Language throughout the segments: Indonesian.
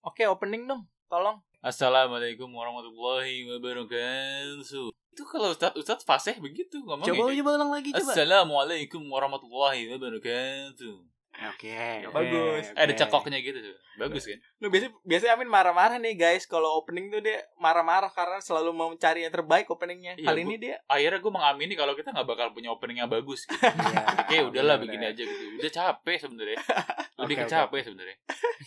Oke, opening dong, tolong. Assalamualaikum warahmatullahi wabarakatuh. Itu kalau Ustadz fasih begitu ngomongnya. Coba ulang lagi, coba. Assalamualaikum warahmatullahi wabarakatuh. Oke. Bagus. Ada cekoknya gitu tuh. Bagus kan? Lu biasanya Amin marah-marah nih guys. Kalau opening tuh dia marah-marah karena selalu mau mencari yang terbaik openingnya. Iya, Kali ini dia akhirnya gue mengamini kalau kita nggak bakal punya opening yang bagus gitu. Oke, udahlah begini aja gitu. Udah capek sebenarnya. Lebih capek sebenarnya.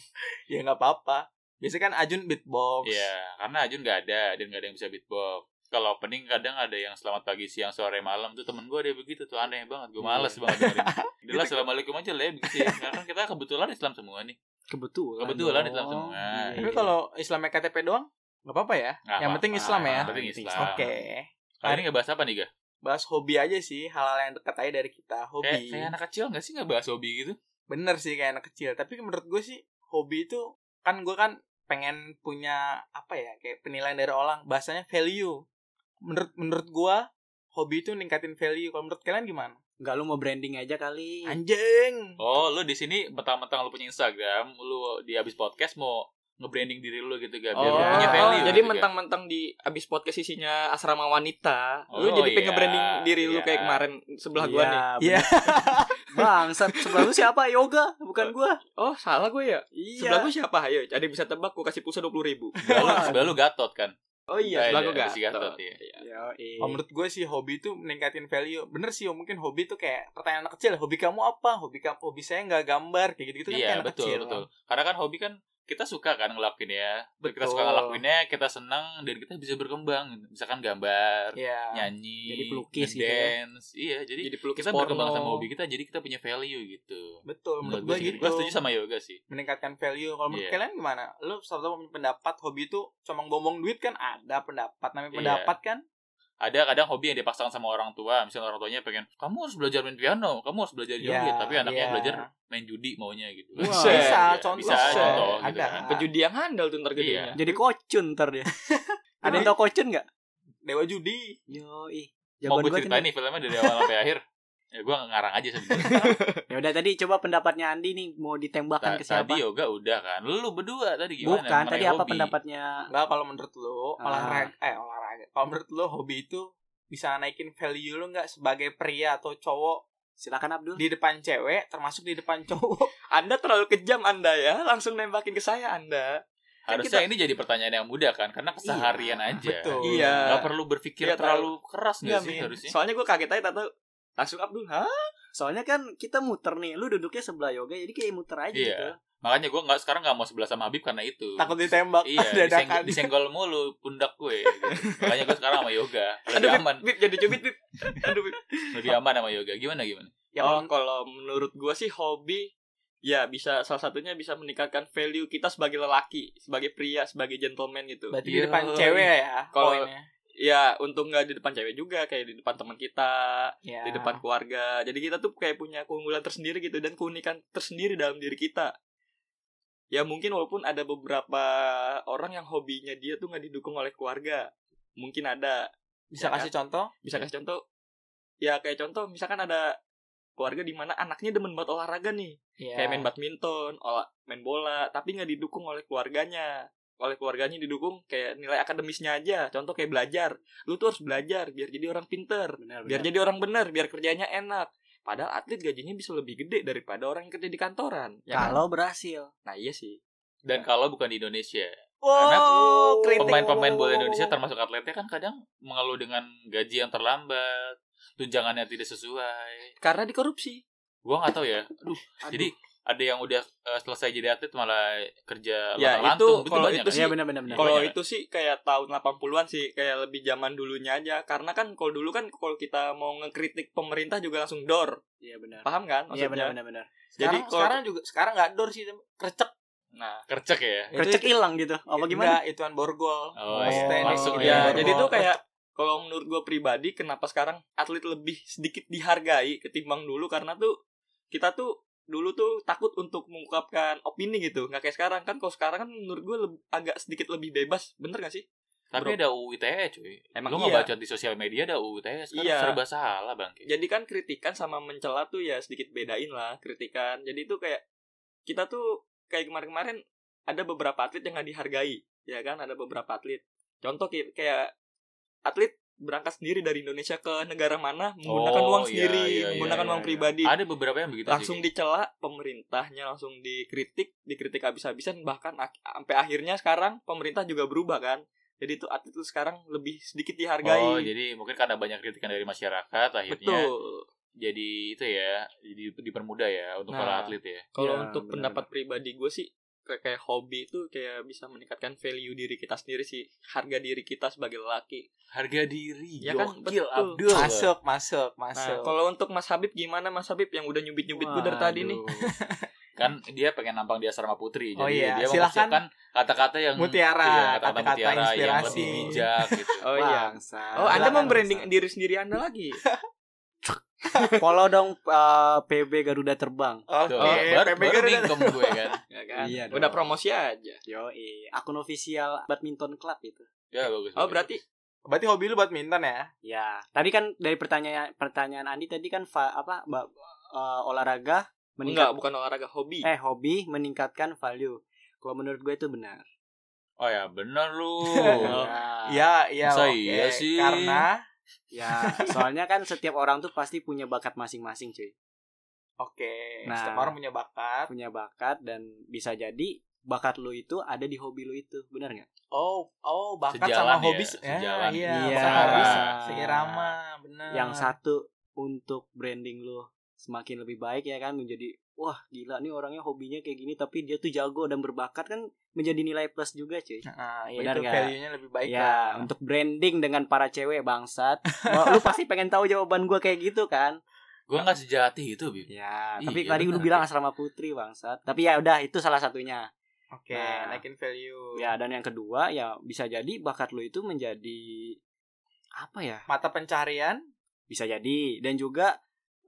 Ya nggak apa-apa. Biasanya kan Ajun beatbox. Iya, karena Ajun nggak ada dan nggak ada yang bisa beatbox. Kalau opening kadang ada yang selamat pagi, siang, sore, malam tuh temen gue ada begitu tuh, aneh banget. Gue males banget dengerin. Udah assalamualaikum aja lah ya begitu ya. Karena kita kebetulan Islam semua nih. Kebetulan Islam semua. Tapi kalau Islamnya KTP doang nggak apa-apa ya. Nggak yang penting Islam ya. Penting Islam. Oke. Kali ini ngebahas apa nih, Ga? Bahas hobi aja sih, hal-hal yang dekat aja dari kita. Hobi. Kayak anak kecil nggak sih ngebahas hobi gitu? Bener sih kayak anak kecil. Tapi menurut gue sih hobi itu kan gue kan pengen punya apa ya, kayak penilaian dari orang. Bahasanya value. Menurut gue hobi itu ningkatin value. Kalau menurut kalian gimana? Enggak, lu mau branding aja kali. Anjing. Oh, lu di sini mentang-mentang lu punya Instagram, lu di abis podcast mau nge-branding diri lu gitu kan, biar lu punya value. Jadi gitu, mentang-mentang di abis podcast isinya asrama wanita, Oh, lu jadi iya, pengen branding diri lu iya. kayak kemarin sebelah gua nih. Iya. Bangsat, sebelah lu siapa? Yoga, bukan gua. Oh, salah gue ya? Iya. Sebelah gua siapa? Ayo, ada yang bisa tebak, gua kasih pulsa 20.000. Sebelah lu Gatot kan? Oh iya, sebelah gua Ada Gatot. si Gatot ya. Oh, menurut gue sih hobi itu meningkatin value. Bener sih, mungkin hobi itu kayak pertanyaan anak kecil. Hobi kamu apa? Hobi saya nggak gambar kayak gitu kan Iya, kayak anak betul, kecil. betul. Karena kan hobi kan kita suka kan ngelakuin ya. Kita Betul. suka ngelakuinnya, kita senang dan kita bisa berkembang. Misalkan gambar, Iya. nyanyi, Jadi pelukis gitu ya. ngedance. Iya, jadi pelukis kita porno. berkembang sama hobi kita, jadi kita punya value gitu. Betul, menurut Menurut gue gitu. Gue setuju sama Yoga sih. Meningkatkan value. Kalau menurut Iya. kalian gimana? Lu satu punya pendapat hobi itu cuma ngomong duit kan ada pendapat. Namanya Iya. pendapat kan? Ada kadang hobi yang dipaksakan sama orang tua. Misalnya orang tuanya pengen, kamu harus belajar main piano, kamu harus belajar joget. Iya, Tapi anaknya iya. belajar main judi maunya gitu. Wah. Bisa, Iya, contoh. Bisa contoh gitu Ada. kan. Pejudi yang handal tuh ntar gedenya. Jadi kocun ntar dia. Ada yang tau kocun enggak? Dewa judi. Yoi. Mau Jagoan gue gua ceritain nih filmnya dari awal sampai akhir. Ya gue ngarang aja sebenarnya. Ya udah, tadi coba pendapatnya Andi nih, mau ditembakkan ke siapa? Tadi Yoga udah kan. Lu berdua tadi gimana? Bukan, mengenai tadi apa hobi? pendapatnya? Enggak, kalau menurut lu Ah. olahraga. Kalau menurut lu hobi itu bisa naikin value lu nggak sebagai pria atau cowok Silakan Abdul. di depan cewek, termasuk di depan cowok? Anda terlalu kejam Anda ya, langsung nembakin ke saya Anda. Harusnya ini jadi pertanyaan yang mudah kan, karena keseharian aja. Betul. Iya. Gak perlu berpikir Iya, terlalu keras Iya, gak sih Min. harusnya? Soalnya gue kaget aja tahu langsung Abdul, hah? Soalnya kan kita muter nih, lu duduknya sebelah Yoga, jadi kayak muter aja Iya. gitu. Makanya gue sekarang gak mau sebelah sama Habib karena itu. Takut ditembak. Iya, dadakan. disenggol mulu pundak gue. Gitu. Makanya gue sekarang sama Yoga. Lebih Aduh, aman. Bib, jadi cubit, Bib. Aduh, Bib. Lebih aman sama Yoga. Gimana? Ya, Kalau menurut gue sih hobi ya bisa salah satunya bisa meningkatkan value kita sebagai lelaki, sebagai pria, sebagai gentleman gitu. berarti di Iya. depan cewek ya. Kalau- poinnya. Ya untuk nggak di depan cewek juga, kayak di depan teman kita, Ya. di depan keluarga. Jadi kita tuh kayak punya keunggulan tersendiri gitu dan keunikan tersendiri dalam diri kita. Ya mungkin walaupun ada beberapa orang yang hobinya dia tuh nggak didukung oleh keluarga, mungkin ada. Bisa Ya kasih contoh? Bisa kasih contoh? Ya kayak contoh misalkan ada keluarga di mana anaknya demen banget olahraga nih, Iya. kayak main badminton, main bola, tapi nggak didukung oleh keluarganya. Oleh keluarganya didukung kayak nilai akademisnya aja. Contoh kayak belajar, lu tuh harus belajar biar jadi orang pinter, Benar, biar jadi orang benar, biar kerjanya enak. Padahal atlet gajinya bisa lebih gede daripada orang yang kerja di kantoran. Ya kan? Kalau berhasil. Nah iya sih. Dan kalau bukan di Indonesia. Wow, kritik. Pemain-pemain bola Indonesia termasuk atletnya kan kadang mengeluh dengan gaji yang terlambat, tunjangannya tidak sesuai. Karena dikorupsi. Gua nggak tahu ya. Jadi ada yang udah selesai jadi atlet malah kerja Ya, lantung. itu kalau banyak itu kan? sih- Iya, benar. Kalau Banyak. itu sih kayak tahun 80-an sih, kayak lebih zaman dulunya aja. Karena kan kalau dulu kan kalau kita mau ngekritik pemerintah juga langsung door. Iya benar. Paham kan Iya maksudnya? benar. Jadi Sekarang nggak door sih, krecek. nah, Kercek ya. Kercek hilang gitu. Apa gimana? Enggak, ituan borgol. Oh, Maksudnya iya. ini Masuk gitu. ya. ya, jadi tuh kayak kalau menurut gue pribadi kenapa sekarang atlet lebih sedikit dihargai ketimbang dulu, karena tuh kita tuh dulu tuh takut untuk mengungkapkan opini gitu, nggak kayak sekarang kan. Kalau sekarang kan menurut gue agak sedikit lebih bebas, bener gak sih? Tapi ada UU ITE cuy. Emang lu iya. ngebacot di sosial media ada UU ITE sekarang Iya. serba salah bang. Jadi kan kritikan sama mencela tuh ya sedikit bedain lah kritikan. Jadi tuh kayak kita tuh kayak kemarin-kemarin ada beberapa atlet yang nggak dihargai, ya kan? Ada beberapa atlet. Contoh kayak atlet berangkat sendiri dari Indonesia ke negara mana menggunakan uang sendiri, menggunakan uang pribadi. Ada beberapa yang begitu langsung sih. dicela pemerintahnya, langsung dikritik habis-habisan, bahkan sampai akhirnya sekarang pemerintah juga berubah kan. Jadi itu atlet itu sekarang lebih sedikit dihargai. Oh, jadi mungkin karena banyak kritikan dari masyarakat akhirnya Betul. jadi itu ya, jadi dipermudah ya untuk para atlet ya. Kalau Ya, untuk benar. pendapat pribadi gue sih kayak hobi itu kayak bisa meningkatkan value diri kita sendiri sih, harga diri kita sebagai lelaki. Harga diri. Ya kan, Gokil, betul. Abdul. Masuk. Nah, kalau untuk Mas Habib gimana Mas Habib yang udah nyubit-nyubit gue dari tadi nih? Kan dia pengen nampang di asrama putri, Oh jadi iya, dia silakan. mempersiapkan kata-kata yang Mutiara, iya, kata-kata mutiara yang inspirasi. lebih bijak gitu. Oh iya. Bangsat. Oh, Anda Silakan, membranding Mas. diri sendiri Anda lagi. Follow dong PB Garuda Terbang. Tuh, Oke, baru PB Garuda. mingkem gue kan. Ya kan? Iya Udah dong. promosi aja. Yoi, akun official badminton club itu. Ya bagus. Oh, bagus. berarti Berarti hobi lu badminton ya? Ya, tadi kan dari pertanyaan Andi tadi kan olahraga enggak, bukan olahraga, hobi. hobi meningkatkan value. Kalau menurut gue itu benar. Oh ya, bener lu. Iya, Masa oke. iya sih? Karena Ya, soalnya kan setiap orang tuh pasti punya bakat masing-masing, cuy. oke, Nah. setiap orang punya bakat. Punya bakat dan bisa jadi bakat lu itu ada di hobi lu itu, benar nggak? Oh, bakat Sejalan sama ya, hobi. sejalan. Iya, Iya. bakat hobi Seirama. seirama, benar. Yang satu untuk branding lu semakin lebih baik ya kan, menjadi wah gila nih orangnya hobinya kayak gini tapi dia tuh jago dan berbakat, kan menjadi nilai plus juga, cuy. Nah, ya Benar itu nggak? value-nya lebih baik Ya, lah. untuk branding dengan para cewek bangsat. Wah, lu pasti pengen tahu jawaban gua kayak gitu kan? Gue nggak sejati itu, Bib. Ya, Iya, tapi tadi lu benar, bilang ya. asrama putri bangsat. Tapi ya udah, itu salah satunya. Oke, Nah. naikin value. Ya, dan yang kedua ya bisa jadi bakat lu itu menjadi apa ya? Mata pencarian. Bisa jadi, dan juga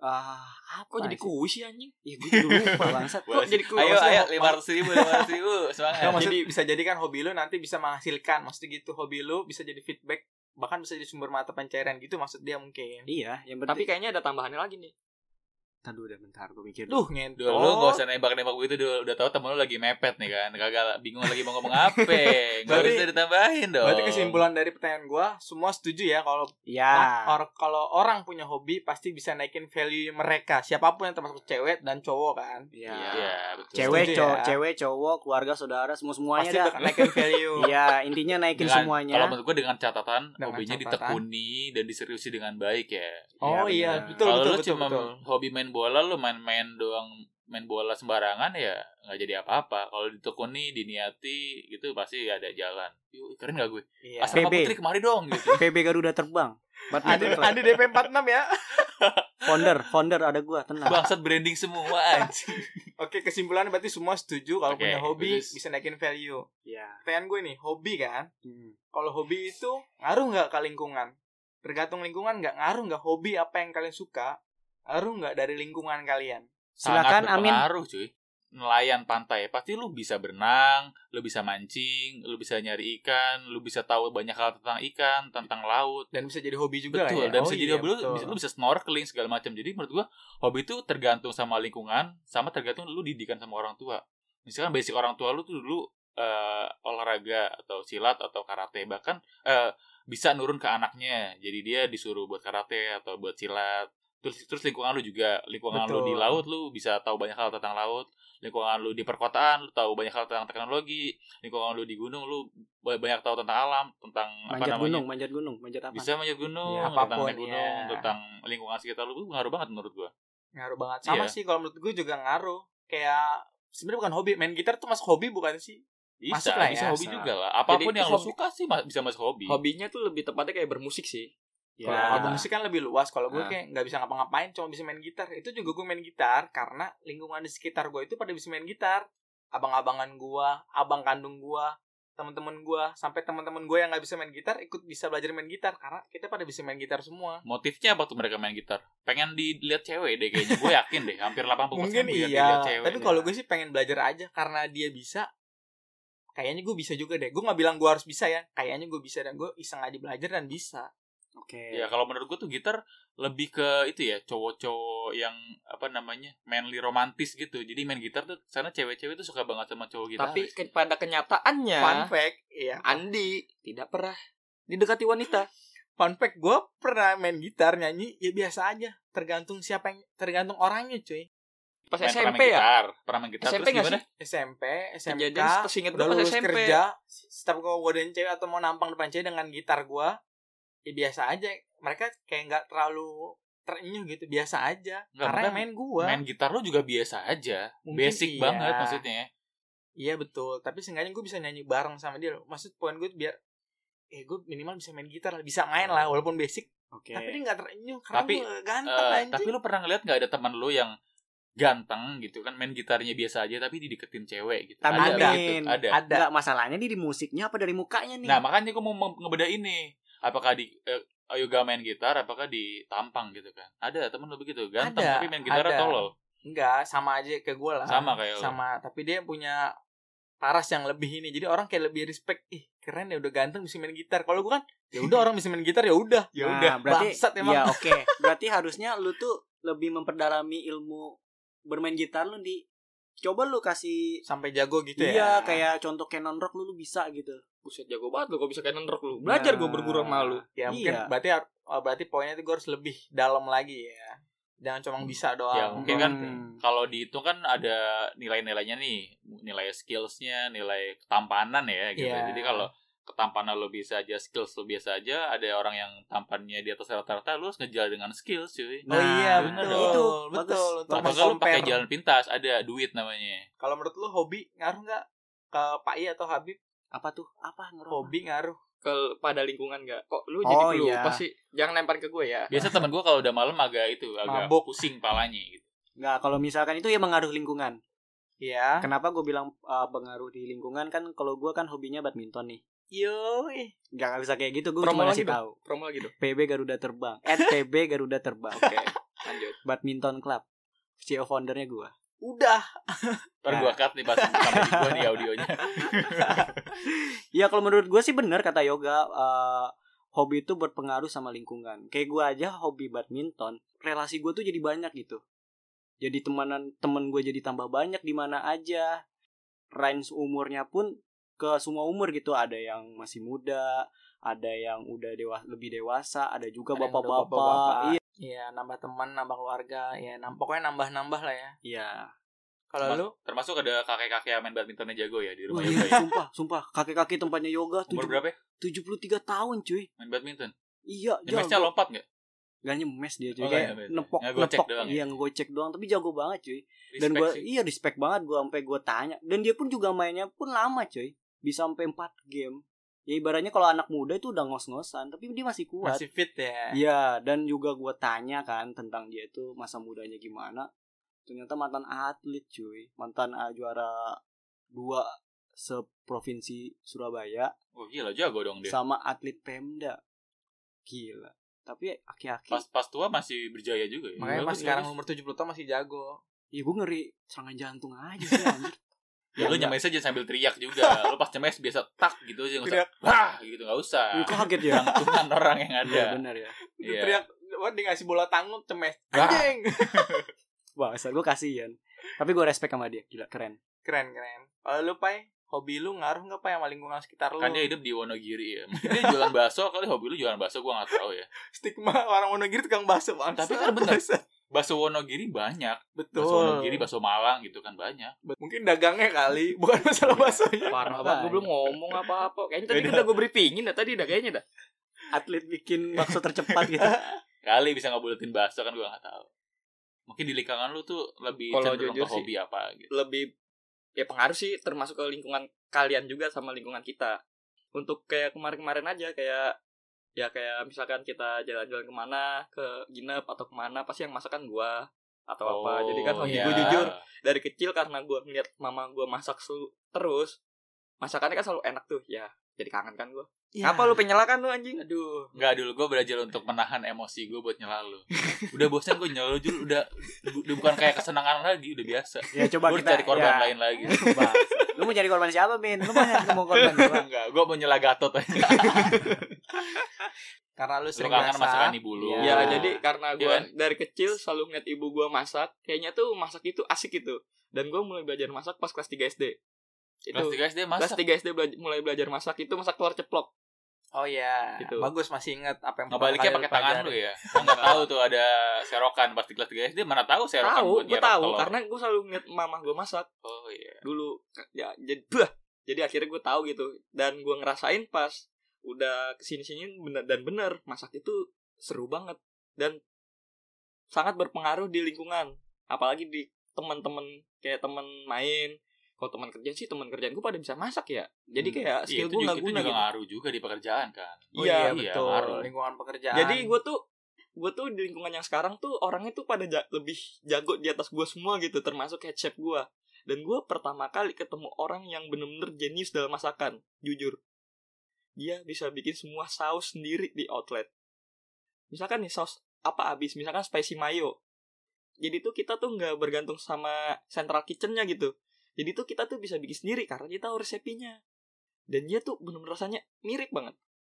apa Kok jadi sih? kuis sih anjing? Ih, gue juga lupa bangsat. Kok jadi kuis? Ayo, Maksudnya, 500.000, semangat. Nggak, maksud bisa jadi kan hobi lu nanti bisa menghasilkan. Maksudnya gitu, hobi lu bisa jadi feedback, bahkan bisa jadi sumber mata pencarian gitu maksud dia mungkin. Iya, yang Tapi penting. kayaknya ada tambahannya lagi nih. Aduh, udah bentar gue mikir. Duh, ngentot. Duh, lu gak usah nembak-nembak begitu dulu. Udah tahu temen lu lagi mepet nih kan. Kagak bingung lagi mau ngomong apa. Gak Berarti- bisa ditambahin dong. Berarti kesimpulan dari pertanyaan gua, semua setuju ya kalau Ya. kalau orang punya hobi pasti bisa naikin value mereka, siapapun yang termasuk cewek dan cowok kan. Iya. Iya, betul. Cewek, cowok, keluarga, saudara, semuanya Pasti dah. bakal naikin value. Iya, intinya naikin Dengan- semuanya. Kalau menurut gue dengan catatan Dengan hobinya catatan. ditekuni dan diseriusi dengan baik ya. Oh Iya, iya, benar. betul Kalau betul lu betul, cuma betul. hobi main bola, lu main bola sembarangan ya nggak jadi apa-apa. Kalau ditekuni, diniati gitu pasti ada jalan. Yuk, keren gak gue? Iya. Asrama PB. Putri kemari dong gitu. PB Garuda Terbang. Andi DP 46 ya. Founder ada gua, tenang. Bangsat branding semua anjing. Oke, kesimpulannya berarti semua setuju kalau Oke, punya hobi bagus. bisa naikin value. Iya. Pertanyaan gue nih, hobi kan? Hmm. Kalau hobi itu ngaruh nggak ke lingkungan? Tergantung lingkungan nggak ngaruh nggak hobi apa yang kalian suka? Ngaruh nggak dari lingkungan kalian? Silakan, Sangat Amin. berpengaruh, cuy. Nelayan pantai pasti lu bisa berenang, lu bisa mancing, lu bisa nyari ikan, lu bisa tahu banyak hal tentang ikan, tentang laut. Dan bisa jadi hobi juga Betul, ya? dan Oh bisa iya, jadi hobi, betul. lu bisa snorkeling segala macam. Jadi menurut gua hobi itu tergantung sama lingkungan, sama tergantung lu didikan sama orang tua. Misalkan basic orang tua lu tuh dulu olahraga atau silat atau karate, bahkan bisa nurun ke anaknya. Jadi dia disuruh buat karate atau buat silat. Terus lingkungan lu juga, lingkungan lu di Betul. laut lu bisa tahu banyak hal tentang laut. Lingkungan lu di perkotaan lu tahu banyak hal tentang teknologi. Lingkungan lu di gunung lu banyak tahu tentang alam, tentang Manjat apa namanya? gunung, manjat apa? Bisa manjat gunung, Ya, tentang apapun, naik gunung, ya. tentang lingkungan sekitar lu, ngaruh banget menurut gua. Ngaruh banget. Sama Iya. sih kalau menurut gue juga ngaruh. Kayak sebenarnya bukan hobi, main gitar tuh masuk hobi bukan sih? Bisa, Masuk lah ya, bisa hobi asal. juga lah. Apapun Jadi yang lu hobi- suka sih bisa masuk hobi. Hobinya tuh lebih tepatnya kayak bermusik sih. Kalau Ya. album musik kan lebih luas. Kalau gue Nah. kayak nggak bisa ngapa-ngapain, cuma bisa main gitar. Itu juga gue main gitar karena lingkungan di sekitar gue itu pada bisa main gitar. Abang-abangan gue, abang kandung gue, teman-teman gue, sampai teman-teman gue yang nggak bisa main gitar ikut bisa belajar main gitar karena kita pada bisa main gitar semua. Motifnya apa tuh mereka main gitar? Pengen dilihat cewek deh kayaknya. Gue yakin deh, hampir 80% Mungkin biar iya, dilihat cewek. tapi kalau gue sih pengen belajar aja karena dia bisa. Kayaknya gue bisa juga deh. Gue nggak bilang gue harus bisa ya. Kayaknya gue bisa dan gue iseng aja belajar dan bisa. Oke. Ya kalau menurut gue tuh gitar lebih ke itu ya, cowok-cowok yang apa namanya, manly romantis gitu. Jadi main gitar tuh sana cewek-cewek tuh suka banget sama cowok gitaris. Tapi pada kenyataannya Fun fact, iya. Andi tidak pernah didekati wanita. Fun fact, gue pernah main gitar nyanyi ya biasa aja. Tergantung orangnya cuy. Pas Pernah SMP main ya? gitar, pernah main gitar SMP terus nggak gimana? sih? SMP, SMK, Kejadian seinget udah gua pas lulus SMP. kerja. Setiap gue godain cewek atau mau nampang depan cewek dengan gitar gue, ya biasa aja. Mereka kayak nggak terlalu terenyuh gitu, biasa aja. Nggak, Karena bukan main gue. Main gitar lo juga biasa aja. Mungkin Basic iya. banget maksudnya. Iya betul, tapi seenggaknya gue bisa nyanyi bareng sama dia loh. Maksud poin gue biar gue minimal bisa main gitar lah, bisa main lah walaupun basic. Oke. Tapi dia nggak terenyuh karena Tapi, gue ganteng anjing. Tapi lo pernah ngeliat nggak ada teman lo yang ganteng gitu kan, main gitarnya biasa aja tapi dideketin cewek gitu? Tapi Ada ada. gitu, ada. Enggak, masalahnya di musiknya apa dari mukanya nih? Nah makanya gue mau ngebedain nih, apakah di yoga main gitar, apakah di tampang gitu kan? Ada temen lo begitu, ganteng Ada, tapi main gitar ada. tolol. Enggak, sama aja ke gue lah. Sama kayak lo. Sama, tapi dia punya paras yang lebih ini. Jadi orang kayak lebih respect. Ih, keren ya udah ganteng bisa main gitar. Kalau gue kan, ya udah orang bisa main gitar ya udah. Ya udah, berarti bangsat emang. ya oke. Berarti harusnya lu tuh lebih memperdalami ilmu bermain gitar lu coba lu kasih Sampai jago gitu ya. iya kayak contoh Canon Rock lu bisa gitu. Buset, jago banget lu kok bisa Canon Rock lu. Belajar gue berguru sama lu. Ya mungkin Iya. berarti poinnya itu gue harus lebih dalam lagi ya. Jangan cuma bisa doang. Ya mungkin kan Hmm. kalau dihitung kan ada nilai-nilainya nih, nilai skillsnya, nilai ketampanan ya gitu. Iya. Jadi kalau ketampanan lo bisa aja, skills lo biasa aja, ada orang yang tampannya di atas rata-rata, lo harus ngejar dengan skills cuy. Oh iya bener betul. dong. Itu, betul. bagus. Untuk Apakah lo pakai compare. jalan pintas, ada duit namanya. Kalau menurut lu hobi ngaruh nggak ke Pak I atau Habib? Apa tuh? Apa ngerokok? Hobi ngaruh. Pada lingkungan gak? Kok lu Oh, jadi iya. lupa sih? Jangan lempar ke gue ya. Biasa temen gue kalau udah malam agak Mabuk. pusing palanya gitu. Enggak, kalau misalkan itu ya mengaruh lingkungan. Iya. Kenapa gue bilang pengaruh di lingkungan kan kalau gue kan hobinya badminton nih. Yoi. Nggak bisa kayak gitu, gue Promo cuma lagi ngasih dong. tahu. Promo lagi dong. PB Garuda Terbang. @PB Garuda Terbang. Oke, lanjut. Badminton Club. CEO foundernya gue. Udah. Ntar gue cut nih pas sampai di gue nih audionya. Ya kalau menurut gue sih benar kata Yoga, hobi itu berpengaruh sama lingkungan. Kayak gue aja hobi badminton, relasi gue tuh jadi banyak gitu. Jadi temen gue jadi tambah banyak di mana aja. Range umurnya pun ke semua umur gitu. Ada yang masih muda, ada yang udah lebih dewasa, ada juga Ada yang udah bapak-bapak. bapak-bapak. Iya. Iya, nambah teman, nambah keluarga, ya pokoknya nambah-nambah lah ya. Iya. Kalau lu Termasuk ada kakek-kakek yang main badmintonnya jago ya di Wah, rumah iya, Yoga ya. sumpah kakek-kakek tempatnya Yoga Umur berapa ya? 73 tahun cuy. Main badminton? Iya, Nyemesnya jago. lompat gak? Gak nyemes dia cuy. Oh, Kayak nggak nyemes. nepok Ngegocek doang ya? Iya, ngegocek doang, tapi jago banget cuy. Dan Respect gue sih. iya respect banget gue sampai gue tanya. Dan dia pun juga mainnya pun lama cuy. Bisa sampai 4 game. Ya ibaratnya kalau anak muda itu udah ngos-ngosan, tapi dia masih kuat. masih fit ya. Iya, dan juga gue tanya kan tentang dia itu masa mudanya gimana. Ternyata mantan atlet cuy. Mantan juara 2 seprovinsi Surabaya Oh gila, jago dong dia. sama atlet Pemda. Gila. Tapi aki-aki. Pas tua masih berjaya juga ya. Makanya Bagus, pas sekarang bagus. umur 70 tahun masih jago. Ya gue ngeri serangan jantung aja sih anjir. Ya lu enggak. nyemes aja sambil teriak juga. Lu pas nyemes biasa tak gitu aja, enggak usah. Teriak. Wah, gitu enggak usah. Lu kaget ya? Jantungan orang yang Iya ada. benar ya. Iya. Teriak, wah dia ngasih bola tanggup cemes. Ah. Anjing. Wah, asal gue kasihan. Tapi gue respect sama dia. Gila, keren. Keren. Kalau lu Pai, hobi lu ngaruh nggak Pai sama lingkungan sekitar lu? Kan dia hidup di Wonogiri ya. Mungkin dia jualan bakso, kali hobi lu jualan bakso gua enggak tahu ya. Stigma orang Wonogiri tukang bakso bangsa. Tapi kan bener. Bakso Wonogiri banyak. Betul. Bakso Wonogiri, bakso Malang gitu kan banyak. Mungkin dagangnya kali, bukan masalah baksonya. Parah banget, gue belum ngomong apa-apa. Kayaknya tadi udah gue briefingin dah tadi dah kayaknya dah. Atlet bikin bakso tercepat gitu. Kali bisa ngebuletin bakso kan gua enggak tahu. Mungkin di lingkungan lu tuh lebih Kalau cenderung jujur ke hobi apa gitu. Lebih ya pengaruh sih termasuk ke lingkungan kalian juga sama lingkungan kita. Untuk kayak kemarin-kemarin aja kayak misalkan kita jalan-jalan kemana ke Ginep atau kemana pasti yang masakan gua atau apa. Jadi kan hobi iya. gue jujur dari kecil karena gue ngeliat mama gue masak terus masakannya kan selalu enak tuh ya, jadi kangen kan gue. Ya. Apa lu penyelakan lu anjing? Aduh. Enggak, dulu gue belajar untuk menahan emosi gue buat nyela lu. Udah bosan gue nyela lu dulu, udah bukan kayak kesenangan lagi, udah biasa. Ya coba Gue kita cari korban ya. lain lagi. Bang, lu mau cari korban siapa, Min? Lu mau korban gua? Enggak, gue mau nyela Gatot aja. Karena lu Lu sering kangen masakan masak. ibu lu. Iya. Ya, Nah, jadi karena gue Iya kan? dari kecil selalu ngeliat ibu gue masak, kayaknya tuh masak itu asik gitu. Dan gue mulai belajar masak pas kelas 3 SD. Itu Kelas 3 SD kelas masak. 3 SD mulai belajar masak, itu masak telur ceplok. Oh iya, Gitu. bagus, masih ingat apa yang Ngebaliknya pertama pakai kali tangan lu pelajari. ya. Lu enggak tahu tuh ada serokan pas di kelas 3 SD, mana tahu serokan Tahu, buat gue nyerok tahu telur. karena gue selalu ngeliat mama gue masak Oh iya. dulu. Ya, jadi akhirnya gue tahu gitu. Dan gue ngerasain pas udah kesini-sini bener masak itu seru banget dan sangat berpengaruh di lingkungan, apalagi di teman-teman, kayak teman main. Kalau teman kerja sih, teman kerjaan gue pada bisa masak ya, jadi kayak Iya, skill itu gue juga, nggak itu guna juga gitu. ngaruh juga di pekerjaan kan. Oh Iya, iya, iya, betul. ngaruh. Lingkungan pekerjaan. Jadi gue tuh di lingkungan yang sekarang tuh orangnya tuh pada lebih jago di atas gue semua gitu, termasuk head chef gue. Dan gue pertama kali ketemu orang yang bener-bener jenius dalam masakan, jujur. Dia bisa bikin semua saus sendiri di outlet. Misalkan nih saus apa habis, misalkan spicy mayo. Jadi tuh kita tuh nggak bergantung sama central kitchennya gitu. Jadi tuh kita tuh bisa bikin sendiri karena dia tahu resepnya. Dan dia tuh bener-bener rasanya mirip banget.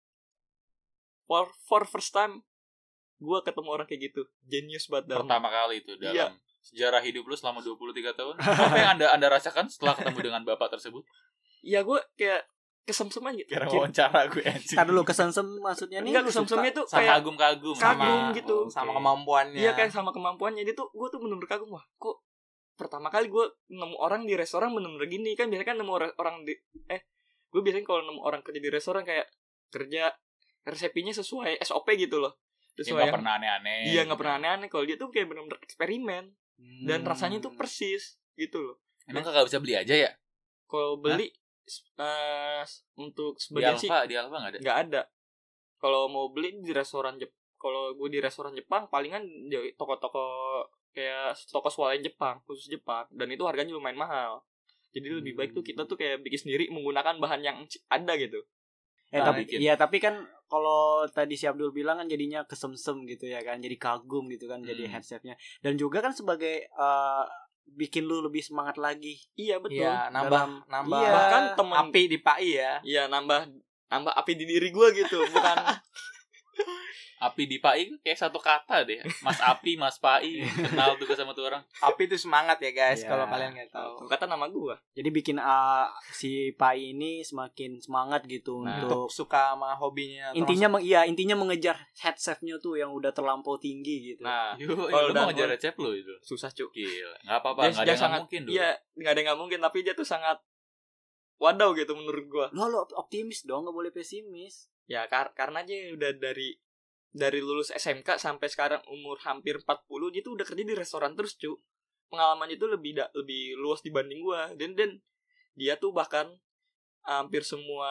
For first time gue ketemu orang kayak gitu, genius banget dalam. Pertama kali itu dalam Iya. sejarah hidup lu selama 23 tahun. Apa yang Anda rasakan setelah ketemu dengan bapak tersebut? Iya, gue kayak kesemseman gitu. Kira wawancara gue anjing. Tar dulu kesemsem maksudnya nih. Enggak, lu suka. kesemsemnya tuh Sama kayak kagum-kagum. kagum gitu. sama Oke. kemampuannya. iya kayak sama kemampuannya. Jadi tuh gue tuh bener-bener kagum, wah kok pertama kali gue nemu orang di restoran bener-bener gini. Kan biasanya kan nemu orang di gue biasanya kalau nemu orang kerja di restoran kayak kerja resepinya sesuai SOP gitu loh, Ya, sesuai nggak pernah aneh-aneh. iya nggak pernah aneh-aneh. Kalau dia tuh kayak bener-bener eksperimen dan rasanya tuh Hmm. persis gitu loh. Emang kagak bisa beli aja ya? Kalau beli untuk Di sebagian sih Alfa nggak ada. nggak ada. Kalau mau beli di restoran kalau gue di restoran Jepang palingan di toko-toko kayak toko swalayan Jepang, khusus Jepang, dan itu harganya lumayan mahal. Jadi lebih baik tuh kita tuh kayak bikin sendiri menggunakan bahan yang ada gitu. Nah, Tapi bikin. ya tapi kan kalau tadi si Abdul bilang kan jadinya kesemsem gitu ya kan, jadi kagum gitu kan, jadi head chefnya. Dan juga kan sebagai bikin lu lebih semangat lagi. Iya betul. Iya, Dalam- nambah iya. Bahkan temen api di pai ya. iya nambah api di diri gue gitu, bukan Api di Pai kayak satu kata deh. Mas Api, Mas Pai. Kenal juga sama tuh orang. Api itu semangat ya guys, Iya. kalau kalian nggak tahu. kata nama gue. Jadi bikin si Pai ini semakin semangat gitu Nah, Untuk untuk suka sama hobinya. intinya mengejar head chefnya tuh yang udah terlampau tinggi gitu. Nah, Yo, Kalau lu udah mau ngejar recep lu itu. susah cuy. Gila, nggak apa-apa, Dia nggak ada yang sangat nggak mungkin dulu. Iya, nggak ada yang nggak mungkin, tapi dia tuh sangat wadaw gitu menurut gue. Lo optimis dong, nggak boleh pesimis. Ya karena aja udah dari lulus SMK sampai sekarang umur hampir 40, dia tuh udah kerja di restoran terus cu. Pengalamannya tuh lebih luas dibanding gua. Dan dia tuh bahkan hampir semua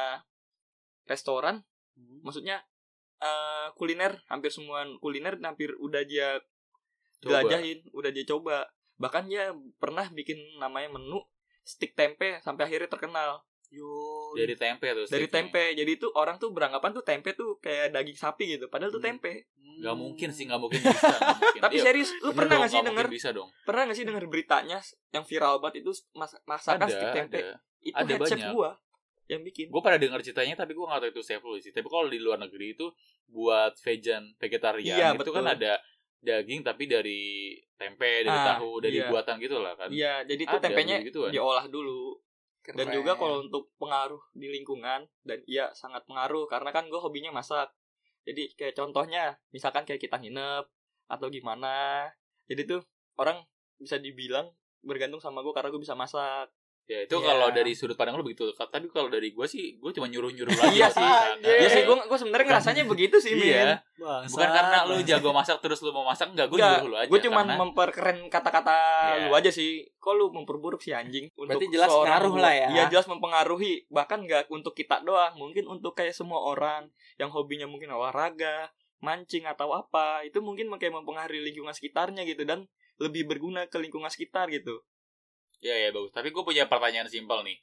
restoran, maksudnya kuliner, hampir semua kuliner hampir udah dia Coba. jelajahin, udah dia coba. Bahkan dia pernah bikin namanya menu stik tempe sampai akhirnya terkenal. Dari tempe tuh. Dari sticknya. tempe. Jadi tuh orang tuh beranggapan tuh tempe tuh kayak daging sapi gitu, padahal tuh tempe. Nggak mungkin sih, nggak mungkin bisa. Nggak mungkin. Tapi Iya, serius, lu bener pernah dong, gak sih nggak denger? mungkin bisa dong. Pernah gak sih denger beritanya yang viral banget itu masakan stik tempe? Ada. Itu Ada head chef banyak. gua yang bikin. Gue pada denger ceritanya, tapi gue nggak tahu itu chef lu sih. Tapi kalau di luar negeri itu buat vegetarian Iya, itu betul. kan ada daging tapi dari tempe, dari tahu, dari iya. buatan gitu lah kan. Iya, jadi tuh Ada tempenya gitu-gituan. diolah dulu. Dan Keren. juga kalau untuk pengaruh di lingkungan, dan iya sangat pengaruh karena kan gue hobinya masak. Jadi kayak contohnya, misalkan kayak kita nginep atau gimana, jadi tuh orang bisa dibilang bergantung sama gue karena gue bisa masak. Ya itu Iya. kalau dari sudut pandang lu begitu. Tapi kalau dari gue sih, gue cuma nyuruh-nyuruh lagi. Iya sih. Iya sih, gue sebenarnya ngerasanya begitu sih, Min. Iya. Bangsat. Bukan karena lu jago masak terus lu mau masak, enggak, gue Enggak, nyuruh lu aja. gue cuma karena memperkeren kata-kata Iya. lu aja sih. Kok lu memperburuk sih anjing? Berarti jelas seorang ngaruh gua. lah ya. Iya jelas mempengaruhi. Bahkan gak untuk kita doang, mungkin untuk kayak semua orang yang hobinya mungkin olahraga, mancing atau apa, itu mungkin kayak mempengaruhi lingkungan sekitarnya gitu, dan lebih berguna ke lingkungan sekitar gitu. ya bagus. Tapi gue punya pertanyaan simpel nih.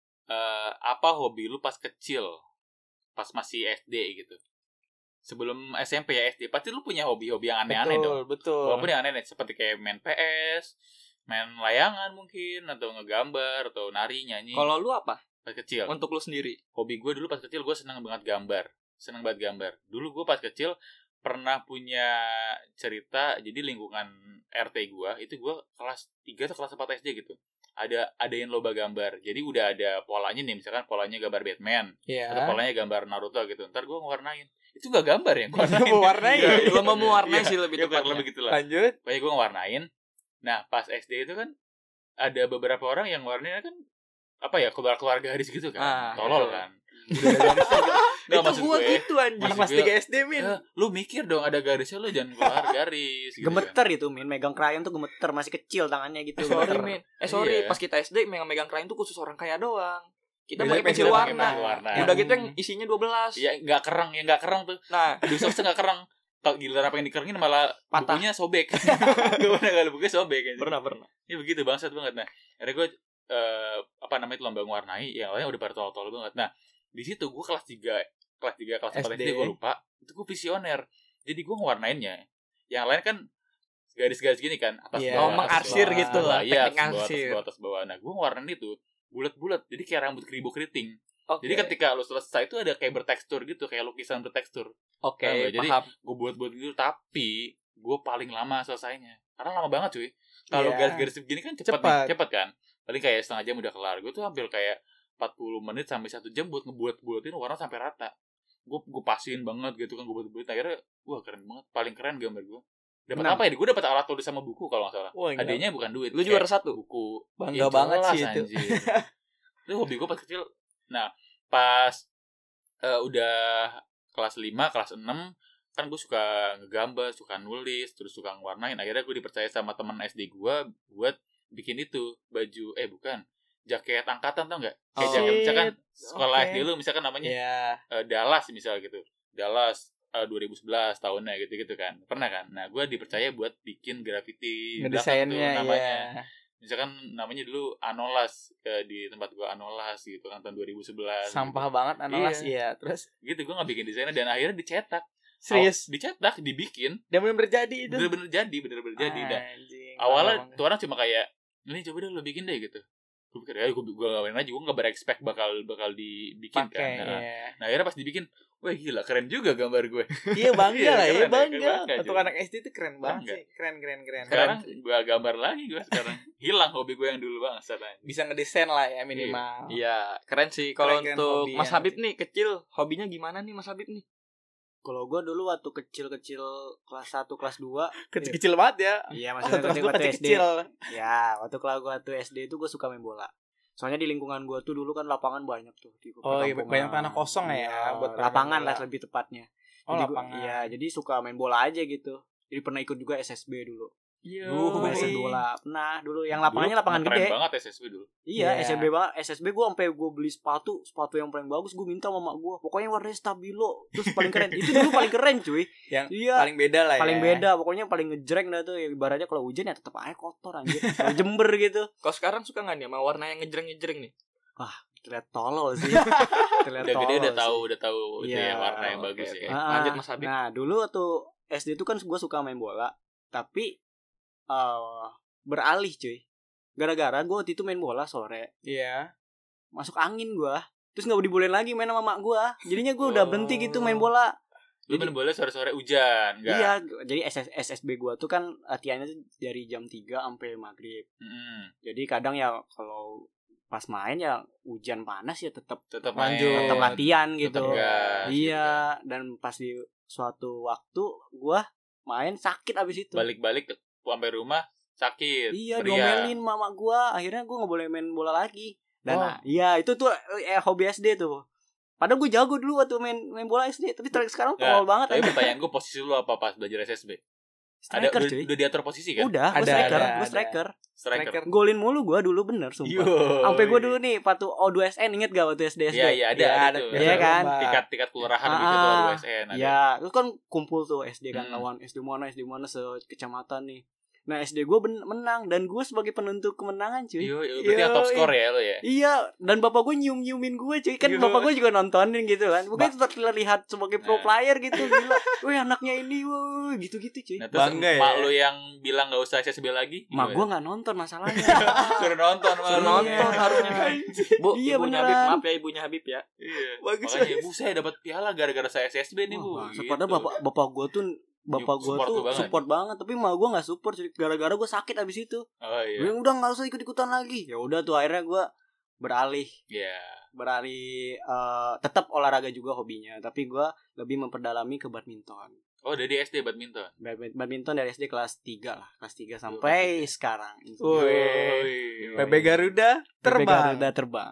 Apa hobi lu pas kecil? Pas masih SD gitu. Sebelum SMP ya SD, pasti lu punya hobi-hobi yang aneh-aneh dong. Betul. Walaupun yang aneh-aneh seperti kayak main PS, main layangan mungkin, atau ngegambar, atau nari, nyanyi. Kalau lu apa? Pas kecil, Untuk lu sendiri? hobi gue dulu pas kecil gue seneng banget gambar. seneng banget gambar. Dulu gue pas kecil pernah punya cerita, jadi lingkungan RT gue itu gue kelas 3 atau kelas 4 SD gitu. Adain lomba gambar. Jadi udah ada polanya nih, misalkan polanya gambar Batman atau polanya gambar Naruto gitu. Ntar gue ngewarnain. Itu gak gambar ya, mewarnai. Lo mau mewarnai sih lebih tepatnya. Lebih gitu lah. Lanjut. Pokoknya gue ngewarnain. Nah, pas SD itu kan ada beberapa orang yang warnanya kan apa ya, keluar garis gitu kan. Tolol kan. Udah ada garisnya gitu. Nggak, Itu gue gitu anjing. Anak kelas 3 SD, Min. Lu mikir dong ada garisnya, lu jangan keluar garis gitu. Gemeter itu, Min, megang krayon tuh gemeter, masih kecil tangannya gitu. Sorry, gemeter. Min. Sorry, Iya. pas kita SD megang krayon tuh khusus orang kaya doang. Kita Biasanya pakai pensil warna. Udah gitu yang isinya 12. Ya enggak kerang tuh. Nah, Dusoknya enggak kerang. Kalau giliran apa yang dikerangin malah patah. bukunya sobek. Gue pernah kalau bukunya sobek aja. Pernah. Ya begitu, bangsat banget. Nah, akhirnya gue lomba mewarnai, yang lainnya udah pada tol-tol banget. Nah, di situ gue kelas 4 SD gue lupa. Itu gue visioner. Jadi gue ngewarnainnya. Yang lain kan garis-garis gini kan, atas bawah. Mengarsir atas gitu bawah. lah, Iya, teknik atas bawah. Nah, gue ngewarnain itu bulat-bulat. Jadi kayak rambut keribu-keriting. Okay. Jadi ketika lu selesai itu ada kayak bertekstur gitu, kayak lukisan bertekstur. Oke, Jadi paham. gue buat gitu, tapi gue paling lama selesainya. Karena lama banget cuy. Kalau Iya. garis-garis begini kan cepet kan. Paling kayak setengah jam udah kelar. Gue tuh hampir kayak 40 menit sampai 1 jam buat ngebuatin warna sampai rata. Gue pasin banget gitu kan, gue buat. Akhirnya wah keren banget, paling keren gambar gue. Dapat apa ya? Gue dapat alat tulis sama buku kalau nggak salah. Hadiahnya bukan duit. Lu juara 1. Buku. Bangga banget sih itu. Itu hobi gue pas kecil. Nah, pas udah kelas 5, kelas 6 kan gue suka ngegambar, suka nulis, terus suka ngewarnain. Akhirnya gue dipercaya sama teman SD gue buat bikin itu baju, jaket angkatan, tau nggak? Kayak jaket misalkan sekolah SD lu misalkan namanya Dallas misal gitu, Dallas 2011 tahunnya gitu kan, pernah kan? Nah gue dipercaya buat bikin graffiti ngedesainnya namanya. Misalkan namanya dulu Anolas, di tempat gua Anolas gitu kan tahun 2011. Sampah gitu. banget Anolas ya. Terus gitu gua nggak bikin desainnya dan akhirnya dicetak. serius Dicetak, dibikin. dan benar-benar jadi itu. Bener-bener jadi. Dan Anjing, awalnya tuh orang cuma kayak, ini coba deh lo bikin deh gitu. Gue pikir gue gawain aja, gue nggak berexpect bakal dibikin pakai, kan. Nah akhirnya pas dibikin, wah gila keren juga gambar gue. Iya bangga lah ya, keren, bangga. keren, Untuk juga. anak SD itu keren banget Bangga. sih. Keren. Sekarang gue gambar lagi gue sekarang. Hilang hobi gue yang dulu banget sekarang. Bisa ngedesain lah ya minimal. Iya, keren sih. Kalau Keren untuk hobi Mas yang Habib nih kecil, hobinya gimana nih Mas Habib nih? Kalau gue dulu waktu kecil-kecil kelas 1, kelas 2. Kecil banget ya. Iya, maksudnya Waktu waktu masih SD. kecil. Ya, waktu SD itu gue suka main bola. Soalnya di lingkungan gue tuh dulu kan lapangan banyak tuh di Oh iya, perkampungan. banyak tanah kosong ya buat lapangan bola. lah lebih tepatnya. Oh, Jadi lapangan. Iya, jadi suka main bola aja gitu. Jadi pernah ikut juga SSB dulu. Iya. Main bola. Pernah dulu yang lapangannya lapangan keren gede. banget SSB dulu. Iya, Iya. SSB banget. SSB gue sampai gue beli sepatu yang paling bagus gue minta sama mak gue. Pokoknya warnanya stabilo, terus paling keren. Itu dulu paling keren, cuy. Yang Iya. paling beda lah ya. Paling beda, pokoknya paling ngejreng dah tuh. Ya, ibaratnya kalau hujan ya tetap aja kotor anjir. Kalau Jember gitu. Kalau sekarang suka nggak nih sama warna yang ngejreng-ngejreng nih? Terlihat tolol sih. Udah gede udah tahu itu Iya, ya warna yang oke, bagus oke. ya. Lanjut, Mas Habib. Nah, dulu waktu SD itu kan gue suka main bola, tapi beralih cuy. Gara-gara gue waktu itu main bola sore, Iya. masuk angin gue. Terus gak dibolehin lagi main sama mak gue. Jadinya gue udah berhenti gitu main bola. Lu main bola sore-sore hujan, enggak? Iya, jadi SSB gue tuh kan latihannya tuh dari jam 3 sampai maghrib. Jadi kadang ya kalau pas main ya hujan panas ya tetap lanjut. tetap latihan gitu. Tetep gas, Iya, dan pas di suatu waktu gue main sakit abis itu. Balik-balik sampai rumah sakit. Iya, meriah. diomelin mama gua. Akhirnya gua enggak boleh main bola lagi. Dan Oh. iya, itu tuh hobi SD tuh. Padahal gue jago dulu waktu main bola SD, tapi sekarang tolol banget. Tapi pertanyaan gue, posisi lu apa pas belajar SSB? Striker, cuy. Udah diatur posisi kan? Udah, gue Ada. striker. Striker. Golin mulu gua dulu bener sumpah. Sampai gua dulu nih patu O2SN, inget gak waktu SD? Iya, ada tuh. Iya kan? Tingkat kelurahan gitu tuh OSN ada. Iya, itu kan kumpul tuh SD kan, Hmm. lawan SD mana sekecamatan nih. Nah SD gue menang dan gue sebagai penentu kemenangan cuy. Berarti yang top score ya lo ya. Iya, dan bapak gue nyium-nyiumin gue cuy. Kan bapak gue juga nontonin gitu kan. Bukan tetap terlihat sebagai pro player gitu. Gila, wih anaknya ini, wah gitu-gitu cuy. Nah, terus Bangga ya. mak lo yang bilang gak usah SSB lagi. Mak gue gak nonton masalahnya. Suruh nonton. Suruh nonton harusnya. Bu, Iya, ibunya beneran. Habib, maaf ya ibunya Habib ya. Iya. Bagus. Makanya Bu saya dapat piala gara-gara saya SSB nih Bu. Padahal bapak gue tuh Support lu banget. support banget, tapi mak gue nggak support cuy. Gara-gara gue sakit abis itu. Oh iya. Gue udah nggak usah ikut-ikutan lagi. Ya udah tuh akhirnya gue beralih Iya. tetap olahraga juga hobinya, tapi gue lebih memperdalami ke badminton. Oh dari SD badminton. Badminton dari SD kelas 3 lah, kelas 3 sampai sekarang. Wih. PB Garuda PB terbang. Garuda terbang.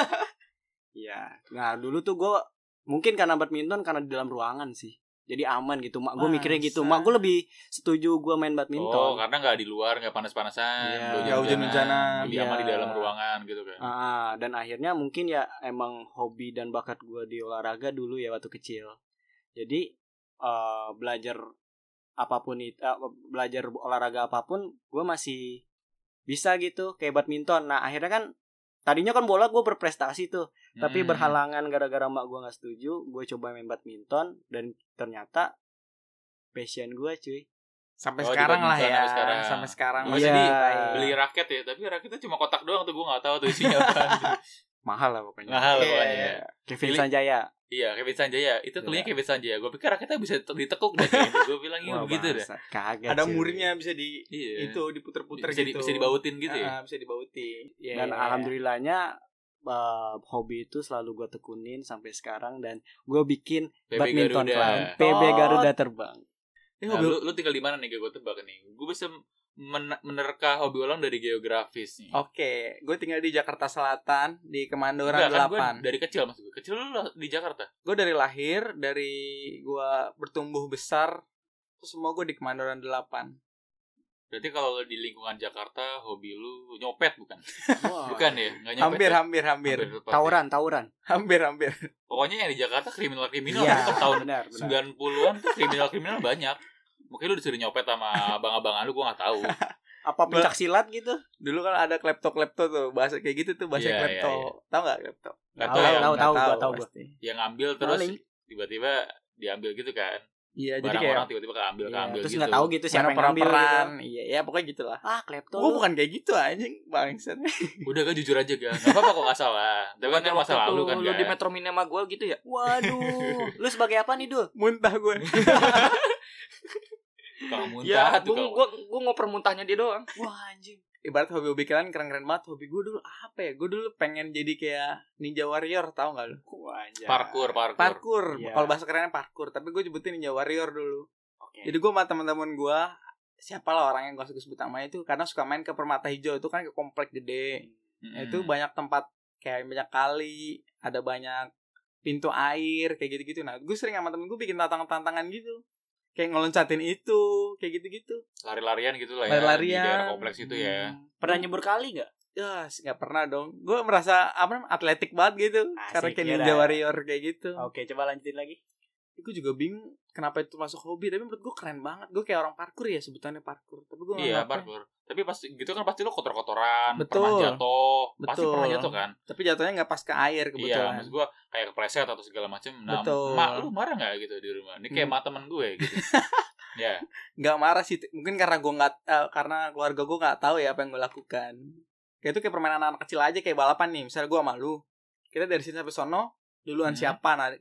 Iya. Nah dulu tuh gue mungkin karena badminton karena di dalam ruangan sih. Jadi aman gitu. Mak gue mikirnya gitu. Mak gue lebih setuju gue main badminton. Oh, karena nggak di luar, nggak panas-panasan, Iya. nggak Nggak hujan-hujanan. lebih aman di dalam ruangan gitu kan. Dan akhirnya mungkin ya emang hobi dan bakat gue di olahraga dulu ya waktu kecil. Jadi belajar apapun itu, belajar olahraga apapun, gue masih bisa gitu kayak badminton. Nah akhirnya kan tadinya kan bola gue berprestasi tuh, tapi berhalangan gara-gara mak gue nggak setuju. Gue coba main badminton dan ternyata passion gue cuy. Sampai Oh, di sekarang lah badminton ya. sampai sekarang. Sampai sekarang. Iya. Jadi Iya. beli raket ya, tapi raketnya cuma kotak doang tuh, gue nggak tahu tuh isinya apa. Mahal lah pokoknya. Mahal Iya. pokoknya. Kevin Sanjaya. Iya, Kevin Sanjaya. Itu kelihnya Kevin Sanjaya. Gue pikir raketnya bisa ditekuk deh. Gue bilang Wah, begitu deh. bangsa. Kaget. Ada cuy. murnya bisa di Iya. itu diputer-puter Bisa, gitu. bisa dibautin gitu ya. Bisa dibautin. Iya, Dan iya. alhamdulillahnya hobi itu selalu gue tekunin sampai sekarang, dan gue bikin PB badminton Garuda. club PB Garuda terbang. Ini Nah, hobi- lu tinggal di mana nih? Gue tebak nih. Gue bisa menerka hobi ulang dari geografis nih. Oke, gue tinggal di Jakarta Selatan di Kemandoran Enggak, kan gue 8. dari kecil maksud gue. Kecil lu di Jakarta. Gue dari lahir, dari gue bertumbuh besar, terus semua gue di Kemandoran 8. Berarti kalau lu di lingkungan Jakarta, hobi lu nyopet bukan? Wah. Bukan ya? Enggak nyopet. Hampir, ya? hampir. Hampir tepat ya. Tawuran. Hampir. Pokoknya yang di Jakarta kriminal-kriminal Iya, kan tahun benar. 90-an tuh kriminal-kriminal banyak. Mungkin lu disuruh nyopet sama abang-abangan lu, gue gak tahu. Apa pencak silat gitu? Dulu kan ada klepto-klepto tuh, bahasa kayak gitu tuh, bahasa Iya, klepto. iya. Tahu nggak klepto? Gak Tahu, tahu yang, tahu. pasti. yang ngambil terus Maling. tiba-tiba diambil gitu kan. Iya, jadi Barang kayak orang tiba-tiba keambil Iya, terus gitu. nggak tahu gitu siapa yang ngambil gitu. peran. Iya, ya pokoknya gitulah. Ah, klepto. Gue lu. bukan kayak gitu anjing, bangsat. Udah kan jujur aja kan. Gak apa-apa kok gak salah. Tapi kan itu masa lalu kan. Lu di Kan? Metro Mini sama gue gitu ya? Waduh. Lu sebagai apa nih, Dul? Muntah gue. Tukang muntah, Ya, tukang gue ngoper muntahnya dia doang. Wah, anjing. Ibarat hobi-hobi kalian keren-keren banget. Hobi gue dulu apa ya? Gue dulu pengen jadi kayak Ninja Warrior, tahu nggak lu? Wah, anjing. parkur. Parkur. Iya. Kalau bahasa kerennya parkur, tapi gue nyebutin Ninja Warrior dulu. Oke. Jadi gue sama teman-teman gue, siapa lah orang yang gak suka sebut namanya itu, karena suka main ke Permata Hijau itu kan ke komplek gede. Itu banyak tempat kayak banyak kali, ada banyak pintu air kayak gitu-gitu. Nah, gue sering sama temen gue bikin tantangan gitu. Kayak ngeloncatin itu, kayak gitu-gitu. lari-larian gitu lah ya. Lari-larian. Di daerah kompleks itu ya. Pernah nyebur kali nggak? Ya, nggak pernah dong. Gue merasa apa namanya atletik banget gitu. Asik, Karena kayak iya Ninja dah. Warrior kayak gitu. Oke, coba lanjutin lagi. Gue juga bingung kenapa itu masuk hobi, tapi menurut gue keren banget. Gue kayak orang parkur ya, sebutannya parkur. Tapi gue Iya, parkur. Tapi pas gitu kan pasti lo kotor-kotoran, Betul. pernah jatuh. Pasti Betul. pernah jatuh kan? Tapi jatuhnya nggak pas ke air Iya, kebetulan. maksud gue kayak kepleset atau segala macam. Nah, Betul. mak lu marah nggak gitu di rumah? Ini kayak mak temen gue gitu. Ya, Nggak marah sih, mungkin karena gue nggak, karena keluarga gue nggak tahu ya apa yang gue lakukan. Kayak itu kayak permainan anak kecil aja, kayak balapan nih. Misalnya gue sama lu, kita dari sini sampai sono duluan siapa, nah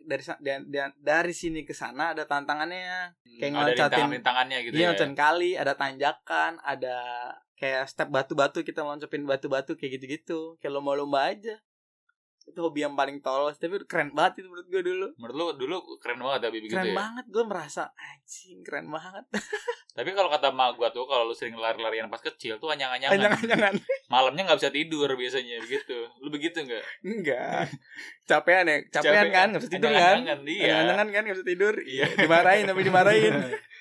dari sini ke sana ada tantangannya, kayak ada ngeloncatin rintangan-rintangannya gitu iya, ya. loncatin kali, ada tanjakan, ada kayak step batu-batu, kita meloncopin batu-batu kayak gitu-gitu, kayak lomba-lomba aja. Itu hobi yang paling tolol, tapi keren banget itu menurut gue dulu. Menurut lu dulu keren banget tapi begitu Keren ya. banget, gue merasa anjing keren banget. Tapi kalau kata mak gua tuh kalau lu sering lari-larian pas kecil tuh anyang-anyangan. Jangan-jangan Malamnya nggak bisa tidur biasanya begitu. Lu begitu nggak? enggak. Capean ya, capean kan, nggak bisa tidur kan? Anyang-anyangan, iya. Jangan kan nggak bisa tidur. Iya. Dimarahin tapi dimarahin.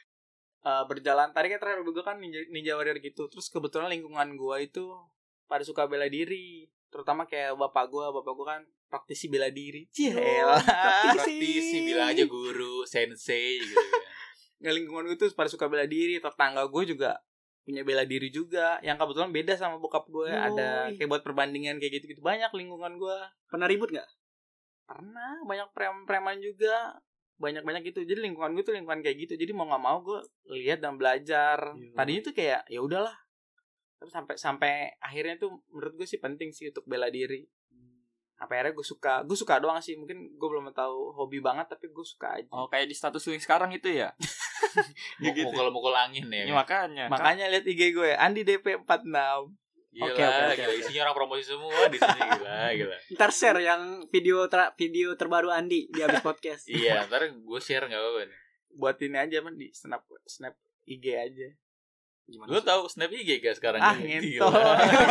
Berjalan tadi kan terakhir gue kan ninja warrior gitu. Terus kebetulan lingkungan gue itu pada suka bela diri. Terutama kayak bapak gue kan praktisi bela diri. Cielah. Praktisi bilang aja guru, sensei gitu kan. Nggak, lingkungan gue tuh pada suka bela diri. Tetangga gue juga punya bela diri juga yang kebetulan beda sama bokap gue. Ada Yoi. kayak buat perbandingan kayak gitu banyak lingkungan gue. Pernah ribut nggak? Pernah banyak preman juga, banyak gitu. Jadi lingkungan gue tuh lingkungan kayak gitu. Jadi mau nggak mau gue lihat dan belajar. Iya. Tadinya tuh kayak ya udahlah. Tapi sampai akhirnya tuh menurut gue sih penting sih untuk bela diri. Sampai akhirnya gue suka doang sih. Mungkin gue belum tahu hobi banget tapi gue suka aja. Oh, kayak di status lu yang sekarang itu ya. Ya gitu. Mukul angin Ya, ya. makanya. Makanya lihat IG gue Andi DP 46. Gila, Oke. gila. Isinya orang promosi semua di sini, gila. Ntar share yang video terbaru Andi di habis podcast. Iya, ntar gue share nggak apa-apa nih. Buat ini aja man di snap IG aja. Gimana? Lu tahu Snap IG gak sekarang? Ah, Gila. ngentot.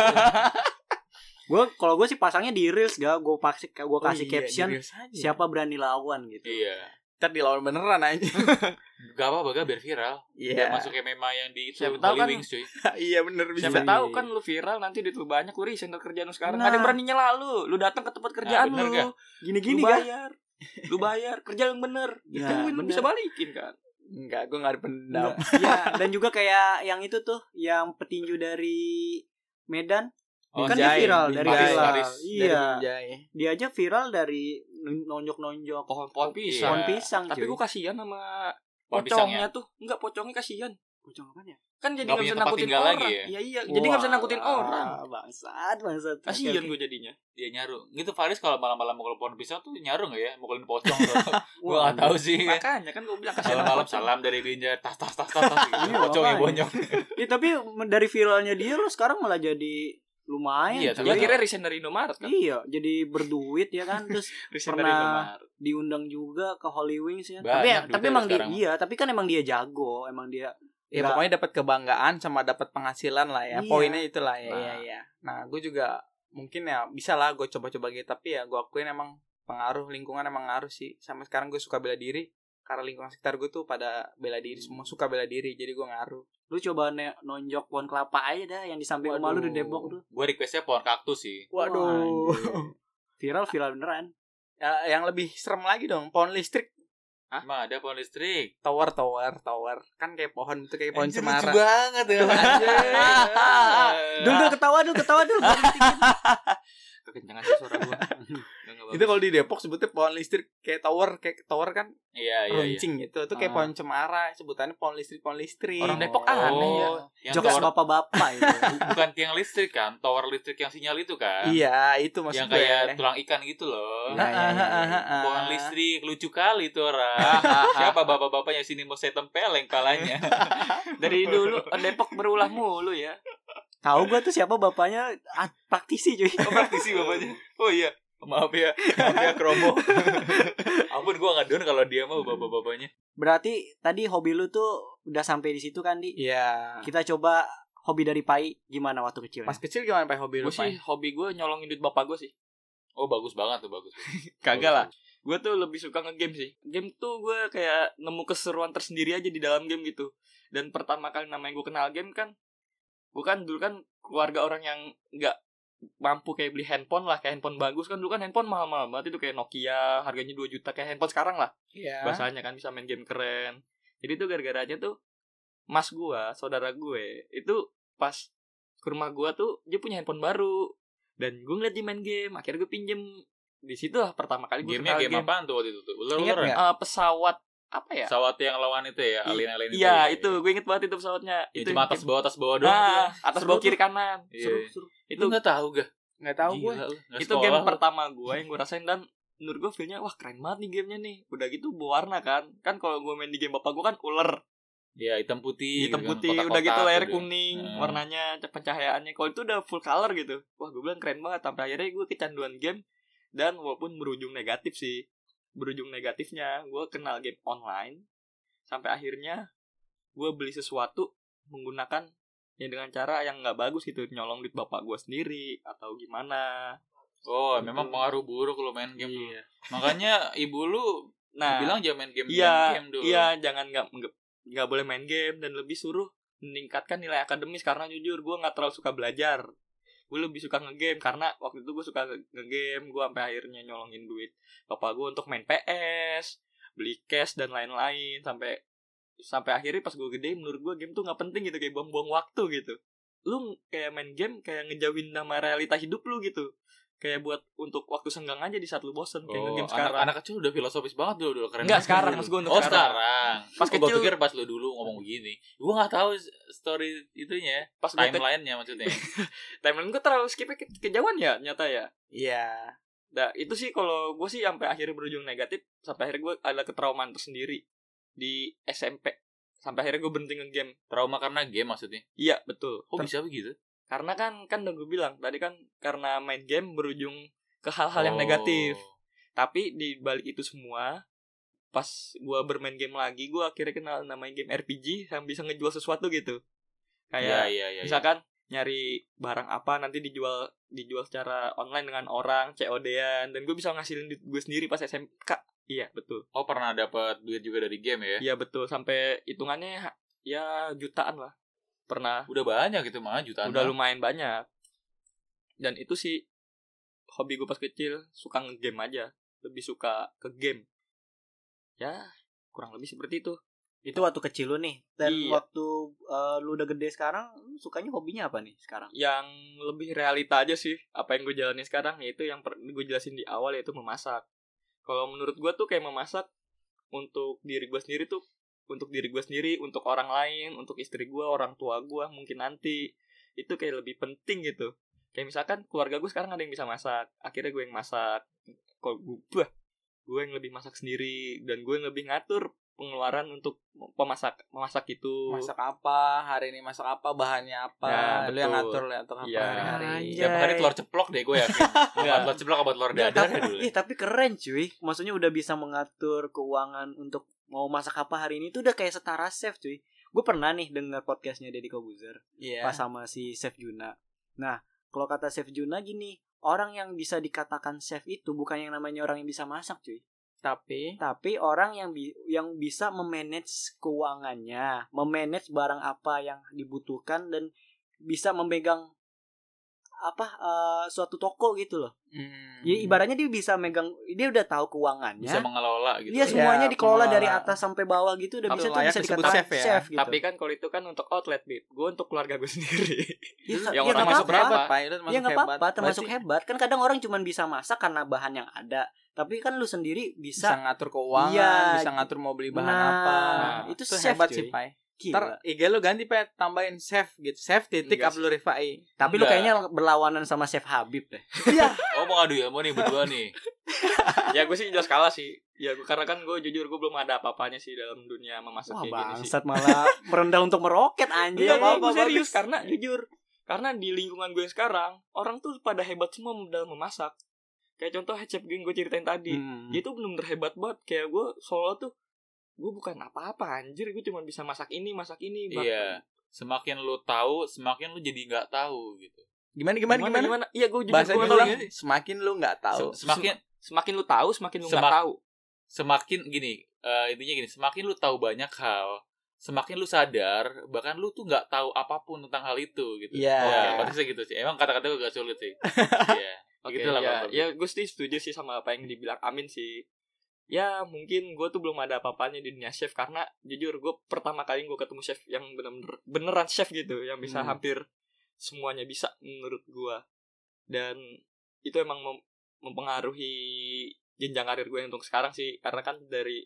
Kalau gue sih pasangnya di reels gak, gue kasih Iya, caption serius aja. siapa berani lawan gitu. Iya. Ntar dilawan beneran aja. Gak apa-apa, gak biar viral. Iya. Biar masuk kayak mema yang di itu Siapa tahu Holy kan- Wings cuy. Iya bener bisa. Siapa Iya. tahu kan lu viral nanti duit lu banyak, lu resign dari kerjaan lu sekarang. Nah. Ada yang berani nyela lu datang ke tempat kerjaan bener lu. gak? Gini-gini Lu kan? bayar. Lu bayar, kerja yang bener. Ya, Kan lu bener. bisa balikin kan. Enggak, gue gak ada pendam. Iya, dan juga kayak yang itu tuh, yang petinju dari Medan. Oh, Kan dia Binjai, viral dari Binjai. viral. Faris. Iya. Binjai. Dia aja viral dari nonjok-nonjok Pohon pisang. pohon pisang. Tapi cuy. gue kasihan sama Pohon pocongnya tuh. Enggak, pocongnya kasihan. Pocong apaan ya? Kan jadi Nggak nggak punya bisa tempat nakutin tinggal orang. lagi ya? Iya, jadi nggak bisa nakutin Wah, orang. Bangsat. Kasihan Oke, gue jadinya. Dia nyaru. Gitu Faris kalau malam-malam mukul pohon pisang tuh nyaru gak ya? Mukulin pocong tuh. Gue Wah, gak tahu sih. Makanya kan gue bilang kasihan Malam-malam sama pocong. salam dari Binjai. Tas. Iya, Pocongnya makanya. bonyok. Ya, tapi dari viralnya dia lo sekarang malah jadi lumayan. Iya, cuy. tapi Dia akhirnya resign dari Indomaret kan. Iya, jadi berduit ya kan. Terus Resign pernah dari Indomaret. diundang juga ke Holy Wings ya. Banyak Tapi duitnya emang dia sekarang. iya, tapi kan emang dia jago, emang dia Ya nggak- pokoknya dapat kebanggaan sama dapat penghasilan lah ya. Iya. Poinnya itulah ya. Nah. Iya. Nah, gue juga mungkin ya bisa lah gue coba-coba gitu, tapi ya gue akuin emang pengaruh lingkungan emang ngaruh sih. Sampai sekarang gue suka bela diri karena lingkungan sekitar gue tuh pada bela diri, semua suka bela diri, jadi gue ngaruh. lu coba nonjok pohon kelapa aja dah yang di samping rumah lu di Depok tuh. Gue requestnya pohon kaktus sih. Waduh. Viral beneran. Ya, yang lebih serem lagi dong, pohon listrik, Emang ada pohon listrik. tower. Kan kayak pohon itu kayak pohon Anjir, cemara. lucu banget ya. Dul ketawa dul. Kekencangan sih suara gue. Itu kalau di Depok sebutnya pohon listrik kayak tower kan Iya. runcing gitu. Itu kayak Ah. pohon cemara, sebutannya pohon listrik. Orang Depok aneh ya. Yang Jokes tower, bapak-bapak itu. bukan tiang listrik kan, tower listrik yang sinyal itu kan. Iya, itu maksud Yang gue. kayak tulang ikan gitu loh. Nah, iya. Pohon listrik lucu kali tuh orang. Siapa bapak-bapaknya sini mau saya tempeleng palanya. Dari dulu Depok berulah mulu ya. Tahu gua tuh siapa bapaknya, praktisi cuy. Oh, praktisi bapaknya. Oh iya. Maaf ya Kromo. Ampun gua nggak down kalau dia mah bapak-bapaknya. Berarti tadi hobi lu tuh udah sampai di situ kan, Di? Iya. Kita coba hobi dari Pai gimana waktu kecil? Pas kecil gimana Pak hobi lu, Gue sih Pak? hobi gue nyolongin duit bapak gue sih. Oh bagus banget tuh bagus. Kagak lah. Gue tuh lebih suka nge-game sih. Game tuh gue kayak nemu keseruan tersendiri aja di dalam game gitu. Dan pertama kali namanya gue kenal game kan, gue kan dulu kan keluarga orang yang nggak mampu kayak beli handphone lah, kayak handphone bagus kan. Dulu kan handphone mahal-mahal banget itu, kayak Nokia harganya 2 juta, kayak handphone sekarang lah. Iya. Bahasanya kan bisa main game keren. Jadi tuh gara-garanya tuh mas gue, saudara gue itu pas ke rumah gue tuh dia punya handphone baru dan gue ngeliat dia main game. Akhirnya gue pinjem. Di situ lah pertama kali gue Gamenya kenal game apaan tuh waktu itu tuh? Ingat Ular-ularan. nggak? Pesawat apa ya? Pesawat yang lawan itu ya, alien-alien itu. Iya, ya? itu gue inget banget itu pesawatnya. Ya, Itu cuma atas bawah doang. Nah, tuh. atas Seru bawah tuh. kiri kanan. Iya. Itu Lu nggak tahu gak? Nggak tahu gue. Gila lu, nggak itu sekolah game lu. pertama gue yang gue rasain, dan menurut gue feelnya wah keren banget nih gamenya nih. Udah gitu berwarna kan. Kan kalau gue main di game bapak gue kan ular, Iya, hitam putih. hitam gitu kan, putih, kotak-kotak udah gitu layar gitu. kuning, warnanya pencahayaannya. Kalau itu udah full color gitu, wah gue bilang keren banget. Sampai akhirnya gue kecanduan game, dan walaupun berujung negatif sih, berujung negatifnya gue kenal game online sampai akhirnya gue beli sesuatu menggunakan ya dengan cara yang nggak bagus gitu, nyolong duit bapak gue sendiri atau gimana. Oh, memang pengaruh buruk lo main game dulu. Makanya ibu lu Nah, bilang jangan main game dulu. iya, jangan nggak boleh main game, dan lebih suruh meningkatkan nilai akademis. Karena jujur gue nggak terlalu suka belajar, gue lebih suka ngegame. Karena waktu itu gue suka ngegame, gue sampai akhirnya nyolongin duit bapak gue untuk main PS, beli cash dan lain-lain. Sampai sampai akhirnya pas gue gede menurut gue game tuh nggak penting gitu, kayak buang-buang waktu gitu. Lu kayak main game kayak ngejauhin sama realita hidup lu gitu, kayak buat untuk waktu senggang aja di saat lu bosen kayak ngegame sekarang. Anak kecil udah filosofis banget dulu keren. Enggak sekarang, maksud gue untuk sekarang. Pas gue kecil pikir pas lu dulu ngomong begini. Gue nggak tahu story itunya, pas timeline-nya maksudnya. timeline gue terlalu skip kejauhan ya nyata ya. Iya. Nah itu sih kalau gue sih sampai akhirnya berujung negatif, sampai akhirnya gue ada ketraumaan tersendiri di SMP. Sampai akhirnya gue berhenti nge-game. Trauma karena game maksudnya? Iya betul. Kok bisa begitu? Karena kan udah gue bilang tadi kan, karena main game berujung ke hal-hal yang negatif. Tapi di balik itu semua, pas gue bermain game lagi, gue akhirnya kenal namanya game RPG yang bisa ngejual sesuatu gitu. Kayak misalkan nyari barang apa nanti dijual secara online dengan orang, COD-an, dan gue bisa ngasilin duit gue sendiri pas SMK. Iya betul. Oh pernah dapat duit juga dari game ya? Iya betul, sampai hitungannya ya jutaan lah. Pernah. Udah banyak gitu mah, jutaan. Udah lumayan banyak. Dan itu sih hobi gue pas kecil, suka nge-game aja. Lebih suka ke game. Ya, kurang lebih seperti itu. Itu waktu kecil lu nih. Dan Iya. waktu lu udah gede sekarang, lu sukanya hobinya apa nih sekarang? Yang lebih realita aja sih. Apa yang gue jalani sekarang, yaitu yang gue jelasin di awal, yaitu memasak. Kalau menurut gue tuh kayak memasak untuk diri gue sendiri tuh, untuk diri gue sendiri, untuk orang lain, untuk istri gue, orang tua gue mungkin nanti, itu kayak lebih penting gitu. Kayak misalkan keluarga gue sekarang ada yang bisa masak, akhirnya gue yang masak. Kalau gue yang lebih masak sendiri, dan gue yang lebih ngatur pengeluaran untuk memasak itu. Masak apa, hari ini masak apa, bahannya apa. Nah, lu yang betul. ngatur lah untuk apa Iya. hari-hari. Tiap hari telur ceplok deh gue yakin. Bukan telur ceplok apa telur dadar ya dulu. Tapi keren cuy. Maksudnya udah bisa mengatur keuangan untuk mau masak apa hari ini, itu udah kayak setara chef cuy. Gue pernah nih denger podcastnya Deddy Kobuzer. Iya. Pas sama si Chef Juna. Nah, kalau kata Chef Juna gini, orang yang bisa dikatakan chef itu bukan yang namanya orang yang bisa masak cuy. Tapi orang yang bisa memanage keuangannya, memanage barang apa yang dibutuhkan, dan bisa memegang suatu toko gitu loh. Jadi ibaratnya dia bisa megang, dia udah tahu keuangannya, Bisa mengelola gitu. dia semuanya Ya, dikelola pengelola. dari atas sampai bawah gitu, udah Tapi bisa tuh layak bisa disebut dikatakan chef ya. chef gitu. Tapi kan kalau itu kan untuk outlet, Bib. Gue untuk keluarga gue sendiri. Ya, yang ya orang nggak masuk apa-apa. berapa? Pak, itu Ya nggak apa-apa, termasuk Berarti hebat. Kan kadang orang cuma bisa masak karena bahan yang ada, tapi kan lu sendiri bisa bisa. ngatur keuangan, Iya. bisa ngatur mau beli bahan Nah, apa. itu Itu chef, hebat cuy. sih, Pai. Gila. Ntar IG lu ganti, Pai, tambahin chef gitu. Chef titik Enggak Abdul Rifai. Tapi lu Enggak. kayaknya berlawanan sama Chef Habib deh. Iya. Oh mau ngadu ilmu nih berdua nih. Ya gue sih jelas kalah sih. Ya gue, karena kan gue jujur gue belum ada apa-apanya sih dalam dunia memasak Wah, kayak gini sih. bangsat malah merendah untuk meroket anjing. Iya, apa-apa, gue serius bagus. karena jujur, karena di lingkungan gue sekarang orang tuh pada hebat semua dalam memasak. Kayak contoh chef gue ceritain tadi, dia tuh bener-bener hebat banget. Kayak gue solo tuh, gue bukan apa-apa anjir, gue cuma bisa masak ini. Iya. Semakin lu tahu, semakin lu jadi nggak tahu gitu. Gimana? Iya, gue jujur Bahasa gue ulang. tahu. Semakin lu nggak tahu. Semakin lu tahu, semakin lu nggak tahu. Semakin gini, intinya gini, semakin lu tahu banyak hal, semakin lu sadar, bahkan lu tuh nggak tahu apapun tentang hal itu gitu. Iya. Ya, berarti gitu sih. Emang kata-kata gue gak sulit sih. Iya. Oke, Gitu lah, ya, Bang. ya gue setuju sih sama apa yang dibilang Amin sih. Ya mungkin gue tuh belum ada apa-apanya di dunia chef, karena jujur gue pertama kali gue ketemu chef yang beneran chef gitu, yang bisa hampir semuanya bisa menurut gue. Dan itu emang mempengaruhi jenjang karir gue untuk sekarang sih, karena kan dari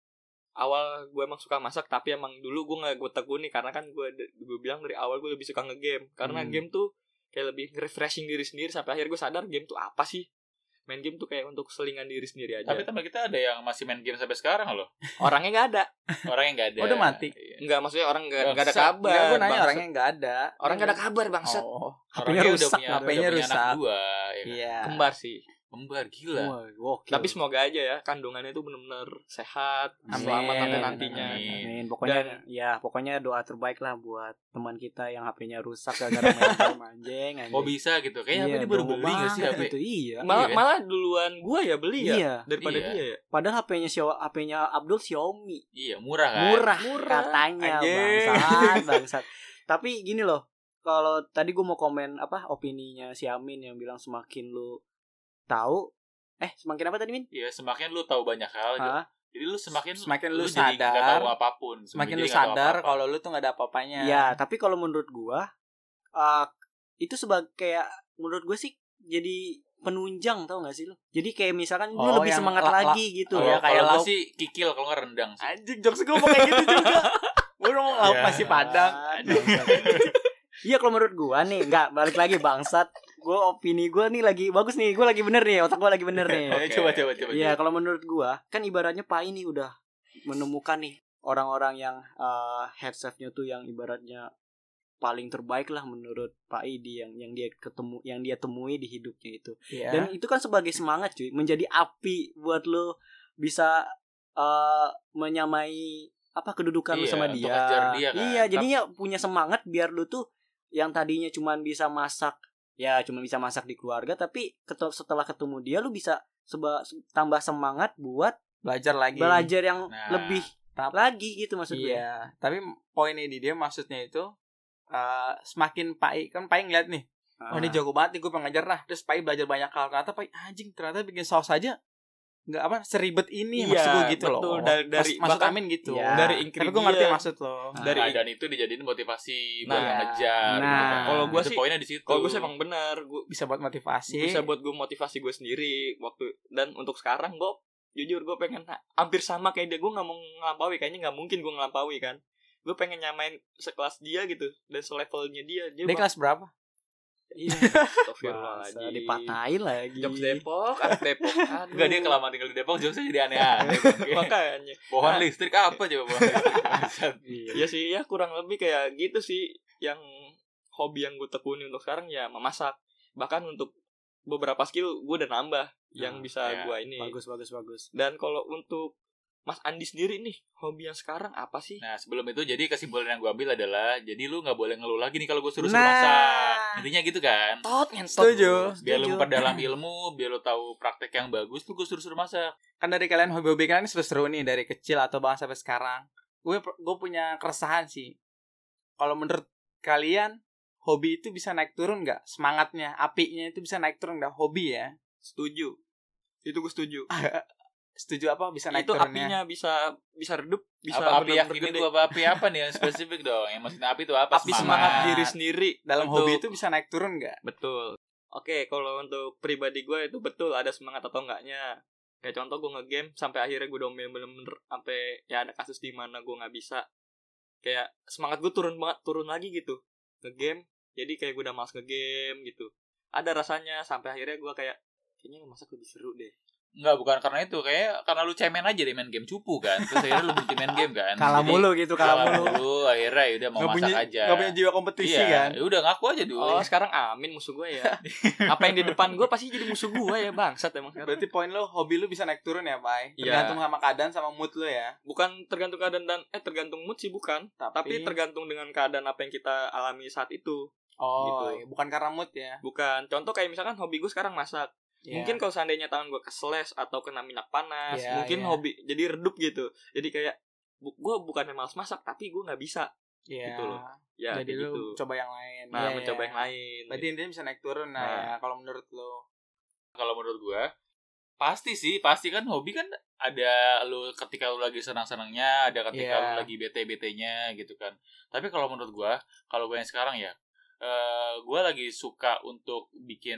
awal gue emang suka masak, tapi emang dulu gue nggak gue tekuni, karena kan gue bilang dari awal gue lebih suka nge-game, karena game tuh kayak lebih refreshing diri sendiri. Sampai akhirnya gue sadar game tuh apa sih, main game tuh kayak untuk selingan diri sendiri aja. Tapi teman kita ada yang masih main game sampai sekarang loh. Orangnya nggak ada. Orangnya nggak ada. Oh, udah mati. Iya. Enggak, maksudnya orang nggak ada Bangsat. kabar. Enggak, gue nanya bangsat. orangnya nggak ada. Orang nggak ada kabar bangsat. Oh. HP-nya Orangnya rusak, udah HP-nya punya rusak. anak 2 ya kan? Iya. Kembar sih. Kembar gila. Wah, gokil. Tapi semoga aja ya kandungannya itu benar-benar sehat, Amin. selamat sampai nantinya. Amin. Pokoknya doa terbaik lah buat teman kita yang HP-nya rusak gara-gara main game anjing. Kok bisa gitu? Kayaknya Iya, HP ini baru bohong beli gak sih banget HP? gitu, iya. Malah, Iya kan? malah duluan gua ya beli ya Iya. daripada Iya. dia ya. Padahal HP-nya Abdul Xiaomi. Iya, murah kan? Murah katanya, Anjing. bangsat. Tapi gini loh, kalau tadi gue mau komen opininya si Amin yang bilang semakin lu tahu, semakin apa tadi Min? Iya, semakin lu tahu banyak hal, Hah? Jadi lu semakin lu jadi nggak sadar, tahu apapun. semakin Jadi lu nggak tahu sadar apa-apa. kalau lu tuh nggak ada apa-apanya. Ya, tapi kalau menurut gua itu sebagai kayak menurut gua sih jadi penunjang, tau gak sih lu? Jadi kayak misalkan lu lebih yang semangat lagi gitu. Iya, kayak kalau lauk. gue sih kikil kalau nggak rendang sih. Anjing, jokes gue mau kayak gitu juga. Gue mau lauk Ya. nasi padang. Iya, kalau menurut gua nih, enggak balik lagi bangsat. Gua opini gua nih lagi bagus nih. Gua lagi bener nih, otak gua lagi bener nih. Oke. Coba. Iya, kalau menurut gua kan ibaratnya Pak ini udah menemukan nih orang-orang yang head chef-nya tuh yang ibaratnya paling terbaik lah menurut Pak Idi yang dia temui di hidupnya itu. Iya. Dan itu kan sebagai semangat cuy, menjadi api buat lo bisa menyamai kedudukan lu Iya, sama untuk dia. ngejar dia kan. Iya, jadinya punya semangat biar lu tuh yang tadinya cuman bisa masak di keluarga, tapi setelah ketemu dia lu bisa tambah semangat buat belajar lagi. belajar yang Nah. lebih lagi gitu maksud gue. Iya, tapi poin ini dia maksudnya itu semakin Pai kan Pai ngeliat nih, oh ini jago banget nih, gue pengen ngajar lah. Terus Pai belajar banyak hal, ternyata Pai anjing ternyata bikin saus aja nggak seribet ini, Iya, maksud gue gitu betul. loh. Dari Maksud bahkan Amin gitu. Iya. dari Tapi gue ngerti ingredient. maksud lo. Dari dan itu dijadiin motivasi buat Nah. ngejar. Nah. gitu kan. Kalau gua Itu sih- poinnya di situ. Kalau gue sih emang benar, gue Bisa buat motivasi. bisa buat gue motivasi gue sendiri waktu dan untuk sekarang gue jujur gue pengen hampir sama kayak dia. Gue nggak mau ngelampaui, kayaknya nggak mungkin gue ngelampaui kan. Gue pengen nyamain sekelas dia gitu dan selevelnya dia. Dia kelas berapa? Iya. Bahasa, Astagfirullahaladzim. dipatahin lagi. Jokes Depok, anak Depok. Aduh. Enggak, dia kelamaan tinggal di Depok, jokesnya jadi aneh-aneh. Bang. Makanya. Pohon listrik apa coba pohon listrik? Ya sih, ya kurang lebih kayak gitu sih. Yang hobi yang gue tekuni untuk sekarang ya memasak. Bahkan untuk beberapa skill gue udah nambah yang bisa ya. gue ini. Bagus. Dan kalau untuk Mas Andi sendiri nih, hobi yang sekarang apa sih? Nah, sebelum itu jadi kesimpulan yang gue ambil adalah, jadi lu nggak boleh ngeluh lagi nih kalau gue suruh Nah. masak. Intinya gitu kan. Tot ngentot. Setuju. Biar lu memperdalam ilmu, biar lu tahu praktek yang bagus, lu gue suruh masak. Kan dari kalian hobi-hobi kalian seru-seru nih dari kecil atau bahkan sampai sekarang. Gue punya keresahan sih. Kalau menurut kalian hobi itu bisa naik turun nggak? Semangatnya, apinya itu bisa naik turun nggak? Hobi ya. Setuju. Itu gue setuju. Setuju apa bisa naik Itu turunnya? apinya bisa redup, bisa Apa api yang bener-bener ini gede. gua api apa nih yang spesifik dong? Yang maksudnya api itu apa? Api semangat diri sendiri Dalam untuk- hobi itu bisa naik turun nggak? Betul. Oke, kalau untuk pribadi gue itu betul ada semangat atau enggaknya. Kayak contoh gue nge-game sampai akhirnya gue udah bener-bener sampai ya ada kasus di mana gue nggak bisa. Kayak semangat gue turun lagi gitu. Nge-game, jadi kayak gue udah malas nge-game gitu. Ada rasanya sampai akhirnya gue kayaknya masak lebih seru deh. Enggak, bukan karena itu. Kayak karena lu cemen aja deh main game cupu kan. Terus akhirnya lu berhenti main game kan. Kalah Jadi, mulu gitu, kalah kalah mulu. mulu. Akhirnya udah mau masak aja. Nggak punya jiwa kompetisi Iya, kan? ya udah ngaku aja dulu. Oh, sekarang Amin musuh gue ya. Apa yang di depan gue pasti jadi musuh gue ya, bangsat emang sekarang. Berarti poin lo hobi lo bisa naik turun ya, Pai? Iya. Tergantung sama keadaan sama mood lo ya. Bukan tergantung keadaan tergantung mood sih bukan. Tapi tergantung dengan keadaan apa yang kita alami saat itu. Oh, gitu. iya, bukan karena mood ya. Bukan. Contoh kayak misalkan hobi gue sekarang masak. Iya. Mungkin kalau seandainya tangan gue kesles atau kena minyak panas, Iya, mungkin iya. hobi jadi redup gitu. Jadi kayak gue bukannya malas masak, tapi gue nggak bisa. Iya. gitu loh. Ya, Jadi kayak lu coba yang lain. Nah, Iya, mencoba iya. yang lain. Berarti intinya bisa naik turun Nah. ya kalau menurut lo. Kalau menurut gua pasti kan hobi kan ada lu ketika lu lagi senang-senangnya, ada ketika Iya. lu lagi bete-betenya gitu kan. Tapi kalau menurut gua, kalau gua yang sekarang ya, gua lagi suka untuk bikin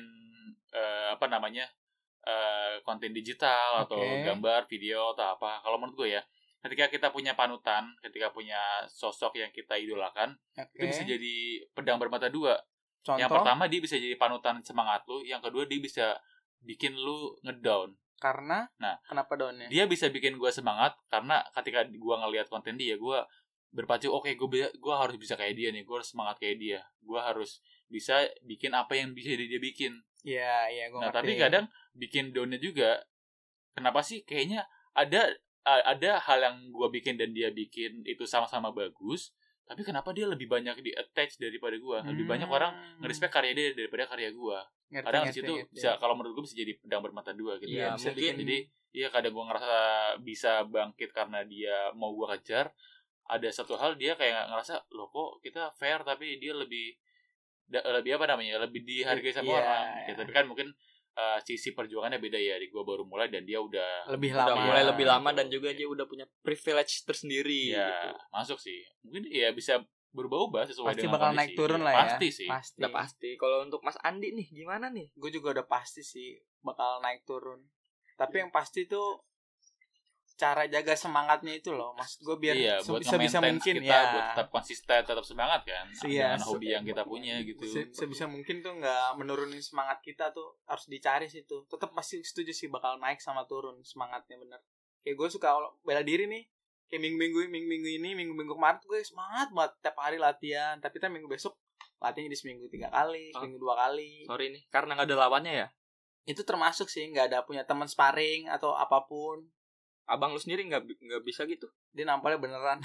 konten digital atau Oke. gambar, video atau apa. Kalau menurut gua ya, ketika kita punya panutan, ketika punya sosok yang kita idolakan, Oke. itu bisa jadi pedang bermata dua. Contoh. Yang pertama dia bisa jadi panutan semangat lu, yang kedua dia bisa bikin lu ngedown. Karena Nah, kenapa downnya? Dia bisa bikin gue semangat karena ketika gue ngelihat konten dia, gue berpacu, oke, gue harus bisa kayak dia nih, gue harus semangat kayak dia, gue harus bisa bikin apa yang bisa dia bikin. Iya, gue Nah, ngerti. tapi kadang bikin downnya juga, kenapa sih kayaknya ada hal yang gue bikin dan dia bikin itu sama-sama bagus, tapi kenapa dia lebih banyak di attach daripada gue, lebih banyak orang nge-respect karya dia daripada karya gue. Kadang di situ bisa, kalau menurut gue bisa jadi pedang bermata dua gitu. Iya, Ya, bisa mungkin. jadi iya, kadang gue ngerasa bisa bangkit karena dia mau gue kejar. Ada satu hal dia kayak ngerasa, loh kok kita fair tapi dia lebih lebih dihargai sama Iya, orang. iya. Ya, tapi kan mungkin sisi perjuangannya beda ya. Di gue baru mulai dan dia udah Lebih Udah lama. mulai Iya, lebih lama gitu. dan juga dia udah punya privilege tersendiri ya gitu. masuk sih. Mungkin ya bisa berubah-ubah sesuai Pasti dengan bakal kondisi. naik turun lah ya. Pasti sih. Pasti. Udah pasti. Kalau untuk Mas Andi nih gimana nih? Gue juga udah pasti sih bakal naik turun. Tapi yang pasti tuh cara jaga semangatnya itu loh, maksud gue biar Iya, buat sebisa nge-maintain mungkin kita ya. buat tetap konsisten, tetap semangat kan Iya, dengan hobi yang kita punya gitu. Sebisa mungkin tuh nggak menurunin semangat kita tuh, harus dicari situ. Tetap pasti setuju sih bakal naik sama turun semangatnya, bener. Kayak gue suka bela diri nih, kayak minggu-minggu kemarin tuh gue semangat banget tiap hari latihan, tapi kan minggu besok latihannya di seminggu 3 kali, seminggu 2 kali. Sorry nih, karena nggak ada lawannya ya. Itu termasuk sih nggak ada punya teman sparring atau apapun. Abang lu sendiri nggak bisa gitu? Dia nampaknya beneran.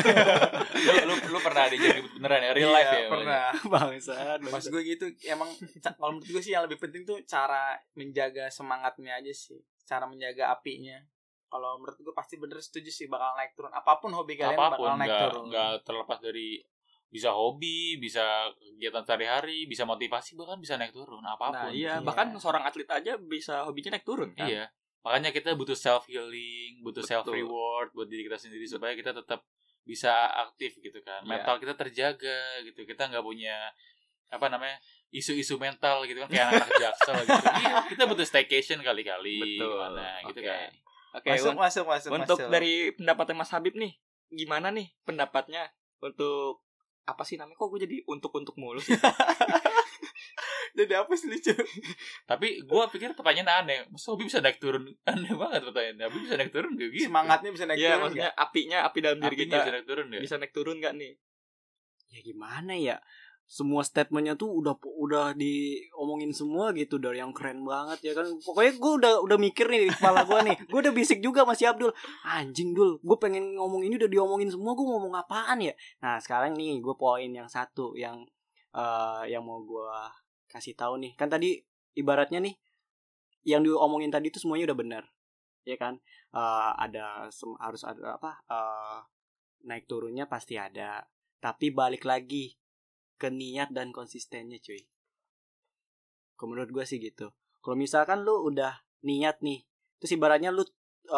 lu pernah dijadi beneran ya, real life ya? Iya, pernah. Bangsat. Mas gue gitu, emang kalau menurut gue sih yang lebih penting tuh cara menjaga semangatnya aja sih, cara menjaga apinya. Kalau menurut gue pasti bener, setuju sih bakal naik turun. Apapun hobi kalian bakal Apapun, naik turun. nggak terlepas dari bisa hobi, bisa kegiatan sehari-hari, bisa motivasi, bahkan bisa naik turun Nah apapun. iya, Iya. bahkan seorang atlet aja bisa hobinya naik turun kan? Iya. Makanya kita butuh self healing, butuh Betul. self reward buat diri kita sendiri supaya kita tetap bisa aktif gitu kan. Iya. Mental kita terjaga gitu. Kita nggak punya isu-isu mental gitu kan kayak anak-anak jaksel gitu. Iya, kita butuh staycation kali-kali Betul. gimana gitu Oke. kan. Oke, Masuk. untuk dari pendapatnya Mas Habib nih, gimana nih pendapatnya untuk apa sih namanya? Kok gue jadi untuk mulu sih? Jadi apa sih lucu? Tapi gue pikir pertanyaan aneh. Masa hobi bisa naik turun? Aneh banget pertanyaannya. Hobi bisa naik turun gak gitu? Semangatnya bisa naik Iya, turun maksudnya nggak? api dalam diri Apinya kita bisa naik turun gak? bisa naik turun nggak nih? Ya gimana ya? Semua statementnya tuh udah diomongin semua gitu, dari yang keren banget ya kan. Pokoknya gue udah mikir nih di kepala gue nih. Gue udah bisik juga sama si Abdul. Anjing Dul, gue pengen ngomong ini udah diomongin semua, gue ngomong apaan ya? Nah sekarang nih gue poin yang satu yang mau gue kasih tahu nih. Kan tadi ibaratnya nih yang diomongin tadi itu semuanya udah benar, ya kan? Harus ada naik turunnya pasti ada. Tapi balik lagi ke niat dan konsistennya cuy. Kalau menurut gue sih gitu. Kalau misalkan lu udah niat nih, terus ibaratnya lu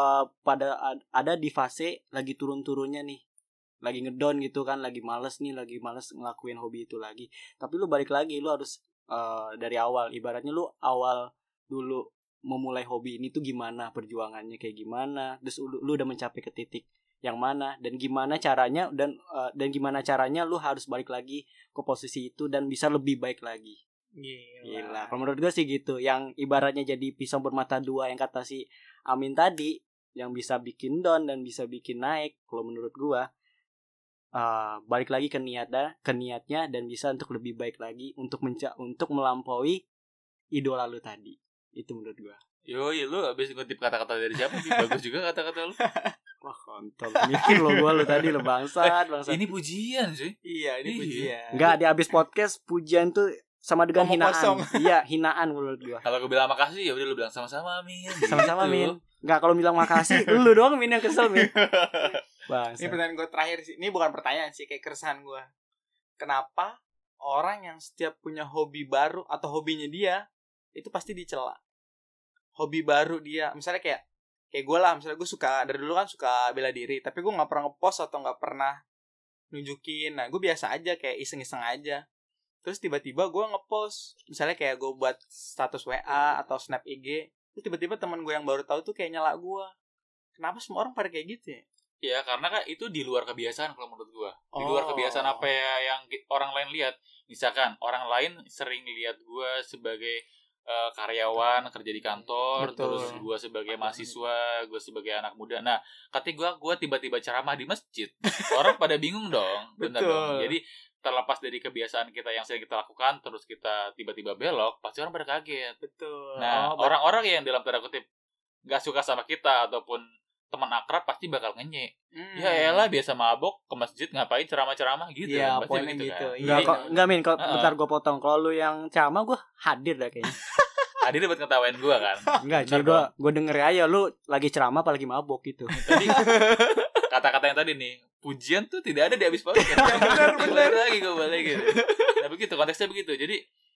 ada di fase lagi turun-turunnya nih, lagi ngedown gitu kan, lagi males ngelakuin hobi itu lagi. Tapi lu balik lagi, lu harus dari awal. Ibaratnya lu awal dulu memulai hobi ini tuh gimana, perjuangannya kayak gimana, terus lu udah mencapai ke titik yang mana, dan gimana caranya dan gimana caranya lu harus balik lagi ke posisi itu dan bisa lebih baik lagi. Gila. Kalau menurut gue sih gitu, yang ibaratnya jadi pisau bermata dua yang kata si Amin tadi, yang bisa bikin down dan bisa bikin naik. Kalau menurut gue balik lagi ke niatnya dan bisa untuk lebih baik lagi untuk melampaui idola lu tadi. Itu menurut gue. Yoi, lu abis ngutip kata-kata dari siapa sih? Bagus juga kata-kata lu. Wah kontol, mikir lo gue tadi lo bangsat. Ini pujian sih. Iya, ini pujian. Enggak, di abis podcast pujian tuh sama dengan Ngomong hinaan. kosong. Iya, hinaan menurut gue. Kalau gue bilang makasih ya udah lu bilang sama-sama Min. Sama-sama Gitu. Min. Enggak, kalau bilang makasih lu doang Min yang kesel Min. Ini Bangsat. pertanyaan gue terakhir sih. Ini bukan pertanyaan sih, kayak keresahan gue. Kenapa orang yang setiap punya hobi baru atau hobinya dia itu pasti dicela? Hobi baru dia, misalnya kayak gue lah, misalnya gue suka dari dulu kan suka bela diri, tapi gue nggak pernah ngepost atau nggak pernah nunjukin. Nah gue biasa aja, kayak iseng-iseng aja. Terus tiba-tiba gue ngepost, misalnya kayak gue buat status WA atau snap IG, terus tiba-tiba teman gue yang baru tahu tuh kayak nyela gue. Kenapa semua orang pada kayak gitu ya? Ya karena kan itu di luar kebiasaan kalau menurut gua. Di luar kebiasaan apa ya yang orang lain lihat. Misalkan orang lain sering lihat gua sebagai karyawan kerja di kantor, Betul. terus gua sebagai mahasiswa, gua sebagai anak muda. Nah, ketika gua tiba-tiba ceramah di masjid, orang pada bingung dong, benar Betul. dong. Jadi terlepas dari kebiasaan kita yang sering kita lakukan, terus kita tiba-tiba belok, pasti orang pada kaget. Betul. Nah, orang-orang yang dalam tanda kutip nggak suka sama kita ataupun teman akrab pasti bakal ngenyek. Ya elah biasa mabok ke masjid ngapain ceramah-ceramah gitu. Iya, Pasti poinnya begitu gitu. kan. Enggak Iya. kok, enggak Min, kalau Heeh. bentar gue potong. Kalau lu yang ceramah gue hadir dah kayaknya. Hadir buat ngetawain gua kan. Enggak, Bener cuy, gue denger aja lu lagi ceramah apa lagi mabok gitu. Tadi kata-kata yang tadi nih, pujian tuh tidak ada di habis podcast. benar. Balik lagi gue balik gitu. Nah begitu konteksnya begitu. Jadi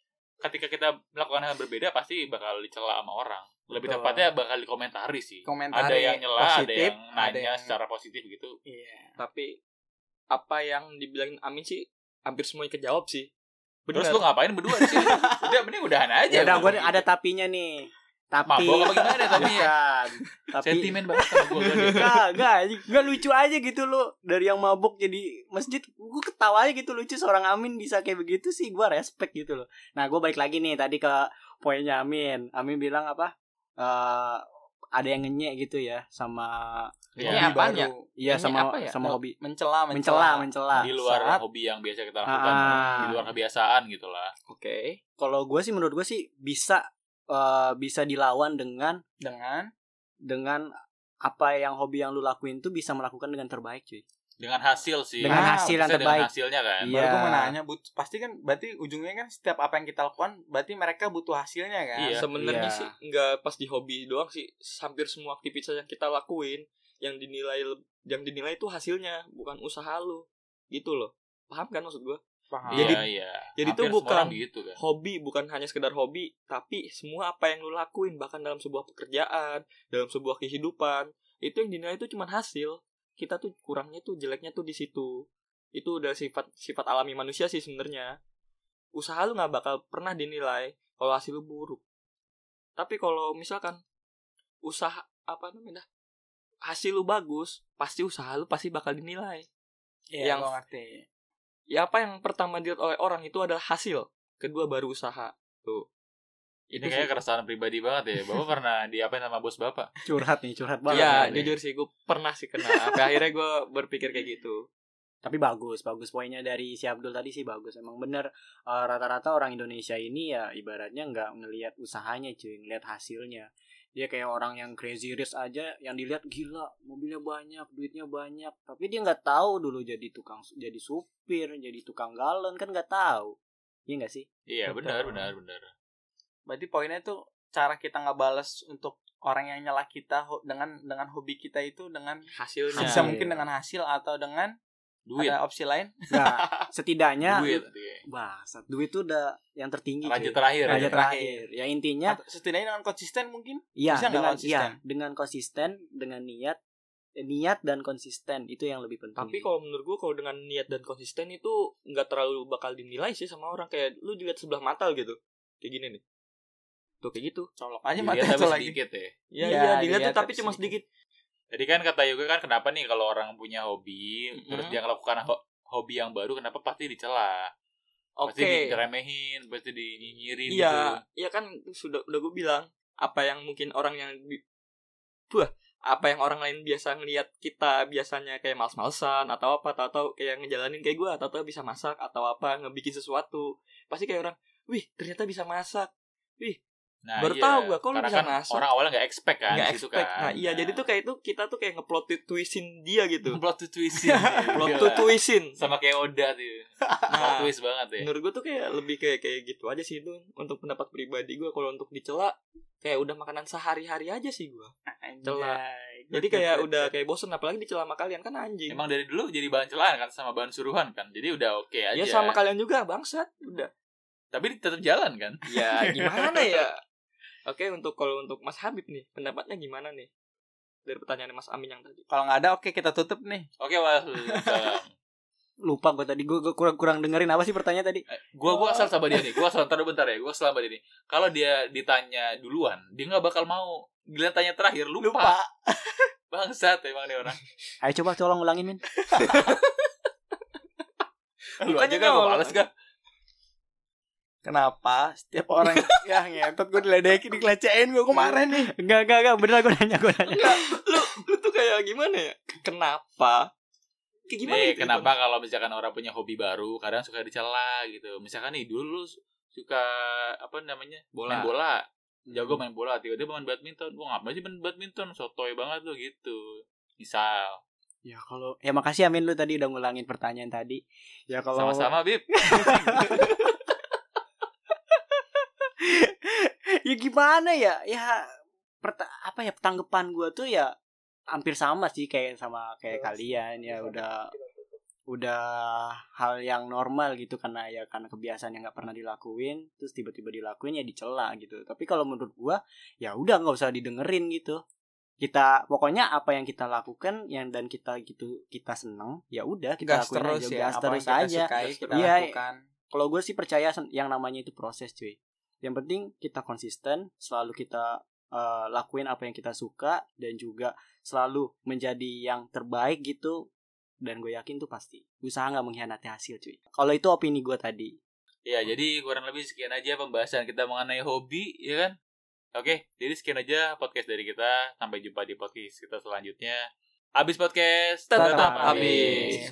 ketika kita melakukan hal berbeda pasti bakal dicela sama orang. Lebih Betul. tepatnya bakal dikomentari sih. Komentari Ada yang nyela, ada positif, yang nanya ada yang- secara positif gitu. Iya. Tapi apa yang dibilangin Amin sih hampir semuanya kejawab sih. Terus lu ngapain berdua di sini? Udah mending udahan aja. Ya udah, gue Gitu. ada tapinya nih. Tapi Mabok apa gimana tapi ya? bukan. Tapi Sentimen banget sama gue kan. Gak lucu aja gitu lo. Dari yang mabuk jadi masjid, gue ketawa aja gitu, lucu seorang Amin bisa kayak begitu sih, gue respect gitu loh. Nah, gue balik lagi nih tadi ke poinnya Amin. Amin bilang apa? Ada yang ngenyek gitu ya sama Ya, Ini Hobi apaan ya? baru. iya Ini sama apa ya? sama hobi Mencela. mencela. Di luar Saat- hobi yang biasa kita lakukan, Ah. di luar kebiasaan gitu lah. Oke. Kalau gue sih, menurut gue sih bisa dilawan dengan apa yang hobi yang lu lakuin tuh bisa melakukan dengan terbaik, cuy. Dengan hasil sih. Dengan hasil yang Bisa dengan terbaik. hasilnya kan. Iya. Baru gue mau nanya, pasti kan berarti ujungnya kan setiap apa yang kita lakukan berarti mereka butuh hasilnya kan. Iya. Sebenarnya Iya. sih nggak pas di hobi doang sih. Hampir semua aktivitas yang kita lakuin yang dinilai itu hasilnya, bukan usaha lu. Gitu loh. Paham kan maksud gua? Paham. Iya. Jadi Hampir tuh semua bukan orang gitu kan. hobi, bukan hanya sekedar hobi, tapi semua apa yang lu lakuin bahkan dalam sebuah pekerjaan, dalam sebuah kehidupan, itu yang dinilai itu cuma hasil. Kita tuh kurangnya tuh, jeleknya tuh di situ. Itu udah sifat alami manusia sih sebenarnya. Usaha lu nggak bakal pernah dinilai kalau hasil lu buruk. Tapi kalau misalkan usaha hasil lu bagus, pasti usaha lu pasti bakal dinilai. Iya, yang- gue ngerti. Ya apa yang pertama dilihat oleh orang itu adalah hasil, kedua baru usaha. Tuh. Ini Itu kayaknya sih. keresahan pribadi banget ya. Bapak pernah diapain sama bos bapak? Curhat banget. Iya, nih. jujur sih gue pernah sih kena. Sampai akhirnya gue berpikir kayak gitu. Tapi bagus poinnya dari si Abdul tadi sih bagus. Emang bener, rata-rata orang Indonesia ini ya ibaratnya nggak ngelihat usahanya, cuy, ngelihat hasilnya. Dia kayak orang yang crazy rich aja, yang dilihat gila, mobilnya banyak, duitnya banyak, tapi dia nggak tahu dulu jadi supir, jadi tukang galon, kan nggak tahu. Iya nggak sih? Iya, Betul. benar. Berarti poinnya tuh cara kita ngebales untuk orang yang nyela kita dengan hobi kita itu dengan Hasilnya. bisa Hasil. mungkin dengan hasil atau dengan Duit. ada opsi lain. Nah, setidaknya Duit. duit itu udah yang tertinggi, Raja cuy. terakhir. Raja ya. terakhir. Ya intinya Atau setidaknya dengan konsisten mungkin. iya, bisa nggak konsisten? dengan konsisten, dengan niat dan konsisten itu yang lebih penting. Tapi kalau menurut gue kalau dengan niat dan konsisten itu nggak terlalu bakal dinilai sih sama orang. Kayak lu dilihat sebelah mata gitu. Kayak gini nih. Tuh kayak gitu. Colok aja Dilihat mata tapi itu lagi. sedikit ya. Iya, Iya, dilihat tuh dilihat tapi tapi cuma sedikit. sedikit. Jadi kan kata Yoga kan kenapa nih kalau orang punya hobi terus Mm-mm. dia melakukan hobi yang baru kenapa pasti dicela, pasti Oke. diremehin, pasti dinyinyirin Iya, gitu. iya kan udah gue bilang apa yang mungkin orang yang apa yang orang lain biasa ngelihat kita biasanya kayak males-malesan atau apa atau kayak ngejalanin kayak gue atau bisa masak atau apa ngebikin sesuatu pasti kayak orang, wih ternyata bisa masak, wih Nah, baru iya. tahu gua, kok lu Karena bisa kan masak? orang awalnya nggak expect kan nggak di situ expect. kan. Nah iya jadi tuh kayak itu kita tuh kayak ngeplot twistin dia gitu, plot to twistin. plot twistin. Sama kayak Oda tuh. Plot Nah, twist banget ya. menurut gue tuh kayak lebih kayak gitu aja sih itu untuk pendapat pribadi gue. Kalau untuk dicela kayak udah makanan sehari-hari aja sih gue. Cela. Jadi kayak udah kayak bosen apalagi dicela sama kalian kan anjing. Emang dari dulu jadi bahan celaan kan sama bahan suruhan kan. Jadi udah oke aja. Ya sama kalian juga bangsat udah. Tapi tetap jalan kan. Ya gimana ya? Oke kalau untuk Mas Habib nih pendapatnya gimana nih dari pertanyaan Mas Amin yang tadi? Kalau nggak ada, oke kita tutup nih. Oke, Mas. lupa gue tadi, gue kurang dengerin apa sih pertanyaan tadi. Gua asal sama dia nih. Gua asal bentar ya. Gua asal sama dia nih. Kalau dia ditanya duluan, dia nggak bakal mau. Gila tanya terakhir lupa. Bangsat emang nih orang. Ayo coba tolong ulangin, Min. Lu aja Bukannya gak gua nyolong. males gak. Kenapa setiap orang ya ngentot gue diledekin, dikelecehin gue kemarin nih. Enggak, bener gue nanya. Enggak, lu tuh kayak gimana ya? Kenapa? Kayak gimana Nih, gitu? kenapa kalau misalkan orang punya hobi baru, kadang suka dicela gitu. Misalkan nih dulu lu suka apa namanya? Bola. Main bola. Jago main bola, tiba-tiba main badminton. Gua ngapain sih main badminton? Sotoy banget lu gitu. Misal. Ya kalau makasih Amin lu tadi udah ngulangin pertanyaan tadi. Ya kalau Sama-sama, Bib. ya gimana ya? Ya tanggapan gue tuh ya hampir sama sih kayak kalian ya udah udah hal yang normal gitu, karena kebiasaan yang nggak pernah dilakuin, terus tiba-tiba dilakuin ya dicela gitu. Tapi kalau menurut gua ya udah nggak usah didengerin gitu. Kita pokoknya apa yang kita lakukan dan kita seneng, ya udah kita Gas lakuin terus aja, ya, gas apa terus yang kita aja. sukai, kita Iya. lakukan. Kalau gue sih percaya yang namanya itu proses, cuy. Yang penting kita konsisten, selalu kita lakuin apa yang kita suka, dan juga selalu menjadi yang terbaik gitu. Dan gue yakin tuh pasti usaha nggak mengkhianati hasil, cuy. Kalau itu opini gue tadi. Ya, jadi kurang lebih sekian aja pembahasan kita mengenai hobi, ya kan? Oke, jadi sekian aja podcast dari kita. Sampai jumpa di podcast kita selanjutnya. Habis podcast, Tetap tetap habis. habis.